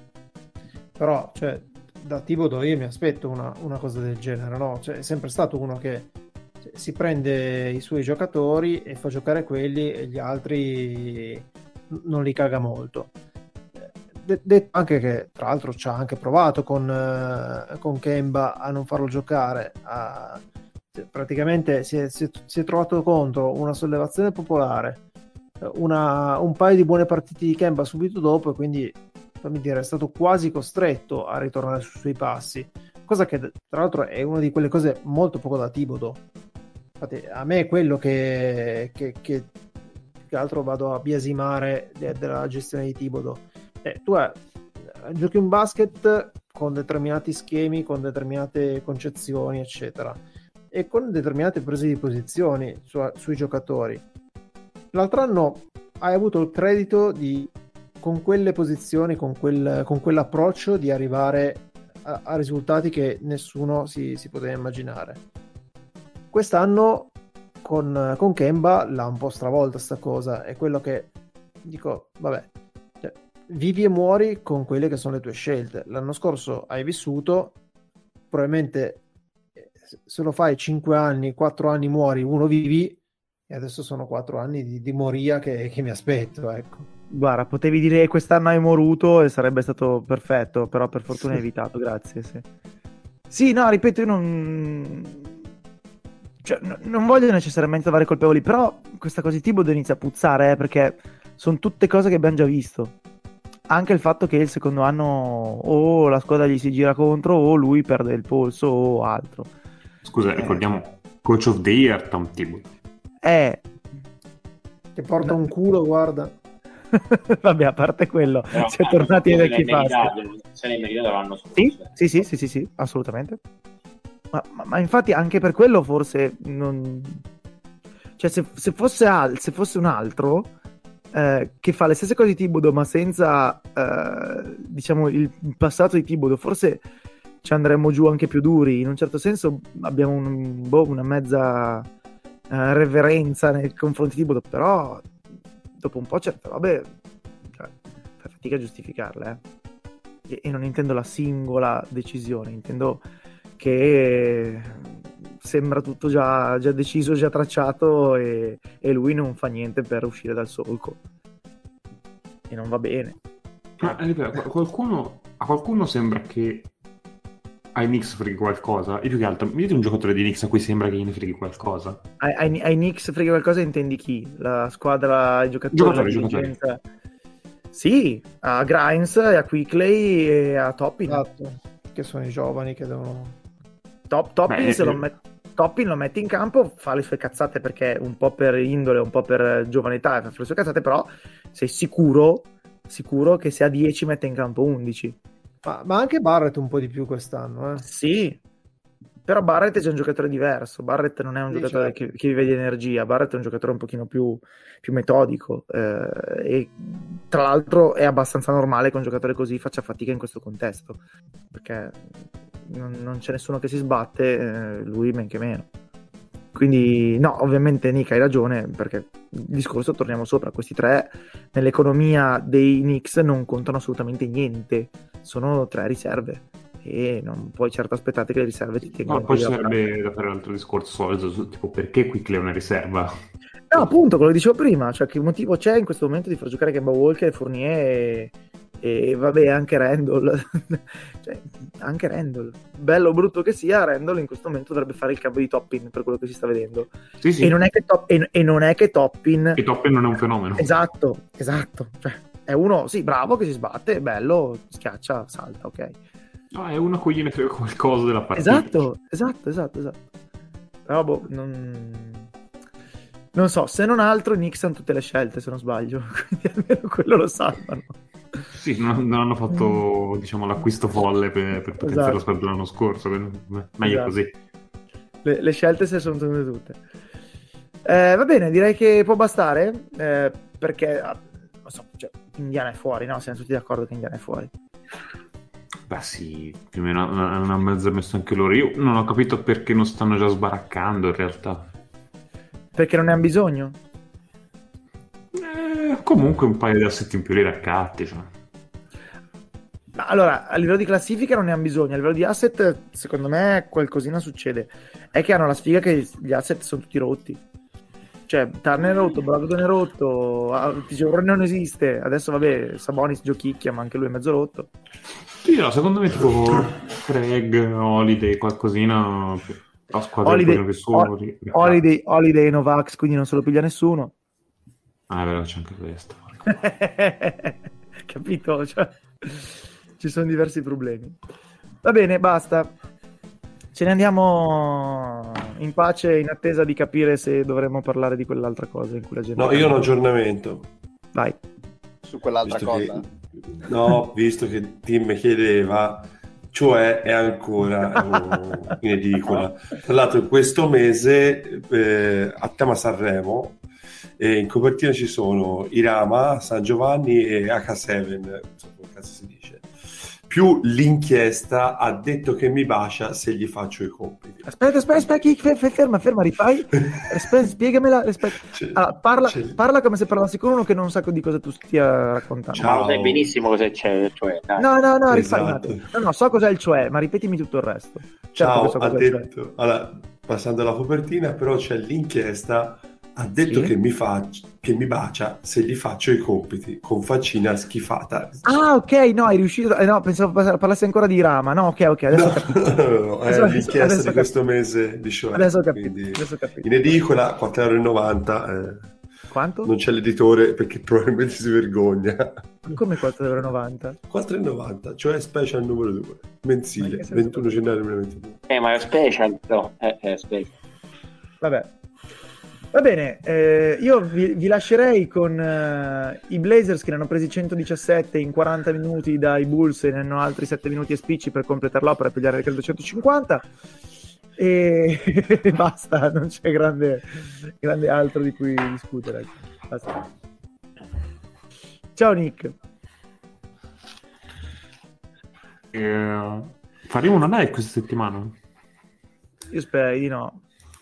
Però, cioè, da Thibodeau io mi aspetto una, una cosa del genere, no? Cioè, è sempre stato uno che cioè, si prende i suoi giocatori e fa giocare quelli e gli altri non li caga molto. De- detto anche che, tra l'altro, ci ha anche provato con, uh, con Kemba a non farlo giocare. A... Cioè, praticamente si è, si, è, si è trovato contro una sollevazione popolare, una, un paio di buone partite di Kemba subito dopo, e quindi fammi dire, è stato quasi costretto a ritornare sui suoi passi, cosa che tra l'altro è una di quelle cose molto poco da Thibodeau. Infatti a me è quello che, che, che, che altro vado a biasimare de, della gestione di Thibodeau. Eh, tu eh, giochi un basket con determinati schemi, con determinate concezioni eccetera, e con determinate prese di posizioni su, sui giocatori. L'altro anno hai avuto il credito di, con quelle posizioni, con, quel, con quell'approccio, di arrivare a, a risultati che nessuno si, si poteva immaginare. Quest'anno con, con Kemba l'ha un po' stravolta sta cosa, è quello che dico, vabbè, cioè, vivi e muori con quelle che sono le tue scelte. L'anno scorso hai vissuto, probabilmente se lo fai cinque anni, quattro anni muori, uno vivi, e adesso sono quattro anni di, di moria che, che mi aspetto, ecco. Guarda, potevi dire quest'anno hai moruto e sarebbe stato perfetto, però per fortuna hai evitato, grazie. Sì, sì, no, ripeto, io non... Cioè, n- non voglio necessariamente trovare colpevoli, però questa cosa di Thibodeau inizia a puzzare, eh, perché sono tutte cose che abbiamo già visto. Anche il fatto che il secondo anno o la squadra gli si gira contro o lui perde il polso o altro. Scusa, Eh. ricordiamo Coach of the Year Tom Thibodeau. Eh... Che porta No. un culo, guarda. Vabbè, a parte quello, Però, si è eh, tornati ai se vecchi l'hai meritato, fasti. se l'hai meritato l'anno scorso. Sì, sì, sì, sì, sì, sì, assolutamente. Ma, ma, ma infatti anche per quello forse non... Cioè se, se, fosse, al, se fosse un altro eh, che fa le stesse cose di Thibodeau ma senza eh, diciamo il passato di Thibodeau, forse ci andremmo giù anche più duri. In un certo senso abbiamo un, boh, una mezza eh, reverenza nei confronti di Thibodeau, però dopo un po' certe robe cioè, fai fatica a giustificarle, eh. e, e non intendo la singola decisione, intendo che sembra tutto già, già deciso, già tracciato, e, e lui non fa niente per uscire dal solco, e non va bene. Ma ripeto, qualcuno, a qualcuno sembra che ai Knicks freghi qualcosa. E più che altro, mi dite un giocatore di Knicks a cui sembra che gliene freghi qualcosa? Ai, ai, ai Knicks frega qualcosa, intendi chi? La squadra, i giocatori, Giocatori, la dirigenza? Sì, a Grimes, a Quickley e a Toppin. Esatto, che sono i giovani che devono... Top, Toppin, Beh, se lo eh, met- Toppin lo metti in campo, fa le sue cazzate perché un po' per indole, un po' per giovanità fa le sue cazzate, però sei sicuro, sicuro che se ha dieci mette in campo undici. Ma, ma anche Barrett un po' di più quest'anno, eh. Sì, però Barrett è già un giocatore diverso. Barrett non è un Sì, giocatore certo. che, che vive di energia. Barrett è un giocatore un pochino più, più metodico, eh, e tra l'altro è abbastanza normale che un giocatore così faccia fatica in questo contesto, perché non, non c'è nessuno che si sbatte, eh, lui men che meno. Quindi no, ovviamente Nick hai ragione, perché il discorso, torniamo sopra, questi tre nell'economia dei Knicks non contano assolutamente niente, sono tre riserve e non puoi certo aspettare che le riserve ti tengano. No, poi ci sarebbe da fare l'altro discorso solito su tipo perché Quickley è una riserva. No, appunto, quello che dicevo prima, cioè che motivo c'è in questo momento di far giocare Kemba Walker, Fournier e, e vabbè anche Randall. Cioè, anche Randall, bello o brutto che sia, Randall in questo momento dovrebbe fare il cambio di Toppin per quello che si sta vedendo. Sì, sì. E non è che, top, e, e non è che Toppin E Toppin non è un fenomeno. esatto, esatto, cioè, è uno, sì, bravo, che si sbatte, bello, schiaccia, salta, ok. No, è uno a cui gliene frega qualcosa della partita. Esatto, esatto, esatto, esatto. Però boh, non... non so, se non altro i Knicks hanno tutte le scelte, se non sbaglio, quindi almeno quello lo salvano. Sì, non, non hanno fatto, diciamo, l'acquisto folle per, per potenziare Esatto. la squadra dell'anno scorso, quindi meglio Esatto. così. Le, le scelte se sono tenute tutte. Eh, va bene, direi che può bastare, eh, perché, ah, non so, cioè, Indiana è fuori, no? Siamo tutti d'accordo che Indiana è fuori. Beh sì, più o meno una, una mezza messo anche loro. Io non ho capito perché non stanno già sbaraccando in realtà. Perché non ne hanno bisogno? Eh, comunque un paio di assetti in più li raccatti, cioè. Ma allora, a livello di classifica non ne hanno bisogno, a livello di asset secondo me qualcosina succede. È che hanno la sfiga che gli asset sono tutti rotti. Cioè, Turner è rotto, Brogdon è rotto, T J Warren non esiste. Adesso vabbè, Sabonis giochicchia, ma anche lui è mezzo rotto. Sì, no, secondo me tipo Craig, Holiday, qualcosina per la squadra Holiday, un pochino più su. ri- Holiday, Holiday e Novax, quindi non se lo piglia nessuno. Ah, è vero, c'è anche questo. Capito? Cioè, ci sono diversi problemi. Va bene, basta. Ce ne andiamo in pace in attesa di capire se dovremmo parlare di quell'altra cosa in cui la gente... No, io ho un aggiornamento. Vai. Su quell'altra Visto cosa? che, no, visto che Tim chiedeva, cioè è ancora oh, in edicola. Tra l'altro questo mese eh, a tema Sanremo eh, in copertina ci sono Irama, San Giovanni e acca sette, non so come cazzo si dice, più l'inchiesta ha detto che mi bacia se gli faccio i compiti. Aspetta, aspetta, aspetta, chi- fe- fe- ferma, ferma, rifai. Aspetta, spiegamela. Aspetta. C'è- Allora, parla, c'è- parla come se parlassi con uno che non sa di cosa tu stia raccontando. Ciao. Ma lo sai benissimo cosa c'è, cioè, dai. No, no, no, rifai un Esatto. attimo. No, no, so cos'è il cioè, ma ripetimi tutto il resto. Certo Ciao, che so ha cos'è il cioè. detto, allora, passando alla copertina, però c'è l'inchiesta, ha detto Sì. che mi fa, che mi bacia se gli faccio i compiti con faccina schifata. Ah, ok, no, è riuscito. Eh, no, pensavo pas- parlassi ancora di Rama. No, ok, ok, adesso No, ho capito. no, no, no, è Adesso- l'inchiesta adesso ho di capito. questo mese di show. Adesso ho capito, Quindi adesso ho capito. in edicola quattro euro e novanta, eh, Quanto? non c'è l'editore perché probabilmente si vergogna. Come quattro e novanta? quattro e novanta, cioè special numero due, Ma mensile, che senso ventuno fa? gennaio duemilaventidue. Eh, ma è special, no, eh, è special. Vabbè. Va bene, eh, io vi, vi lascerei con eh, i Blazers che ne hanno presi centodiciassette in quaranta minuti dai Bulls e ne hanno altri sette minuti e spicci per completare l'opera e pigliare credo centocinquanta e basta, non c'è grande, grande altro di cui discutere. Basta. Ciao Nick. Eh, faremo una live questa settimana? Io spero di no.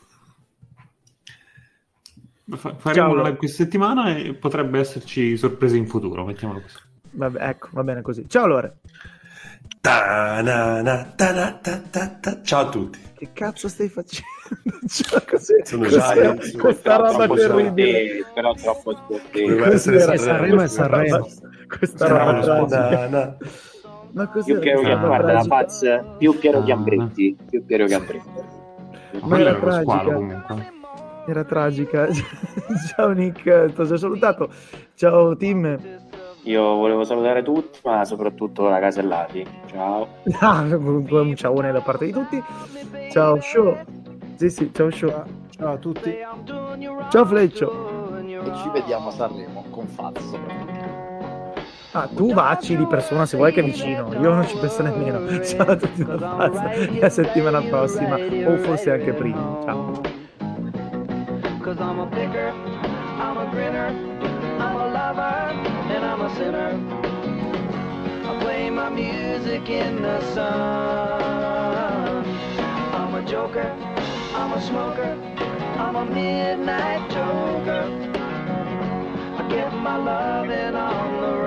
Fa- faremo Ciao, una Lo. live questa settimana e potrebbe esserci sorprese in futuro, mettiamolo così. Vabbè, ecco, va bene così. Ciao Lore. Ta-na-na, ta-na-ta-ta-ta. Ciao a tutti. Che cazzo stai facendo? Cioè, cos'è- Sono cos'è- già- questa roba Troppo terribile. sportello, però troppo sportello. Doveva essere Cos'era? Sanremo e questa- Sanremo. Questa roba No, tragica. Na-na. Ma Più cos'era Piero, questa che, roba guarda, la tragica? pazza, più Piero Ah. Gambretti, più Piero Gambretti. Ma Ma quello era era lo squalo tragica. comunque. Era tragica. Ciao Nick, ti ho già salutato. Ciao Tim. Io volevo salutare tutti, ma soprattutto la Casellati. Ciao. Ah, un ciaone da parte di tutti. Ciao Show. Sì, sì, ciao Show. Ciao a tutti. Ciao Fleccio. E ci vediamo a Sanremo con Fazzo. Ah, tu vacci di persona se vuoi che è vicino. Io non ci penso nemmeno. Ciao a tutti da Fazza. La settimana prossima o forse anche prima. Ciao. Cause I'm a picker, I'm a grinner, I'm a lover, and I'm a sinner. I play my music in the sun. I'm a joker, I'm a smoker, I'm a midnight joker. I get my loving on the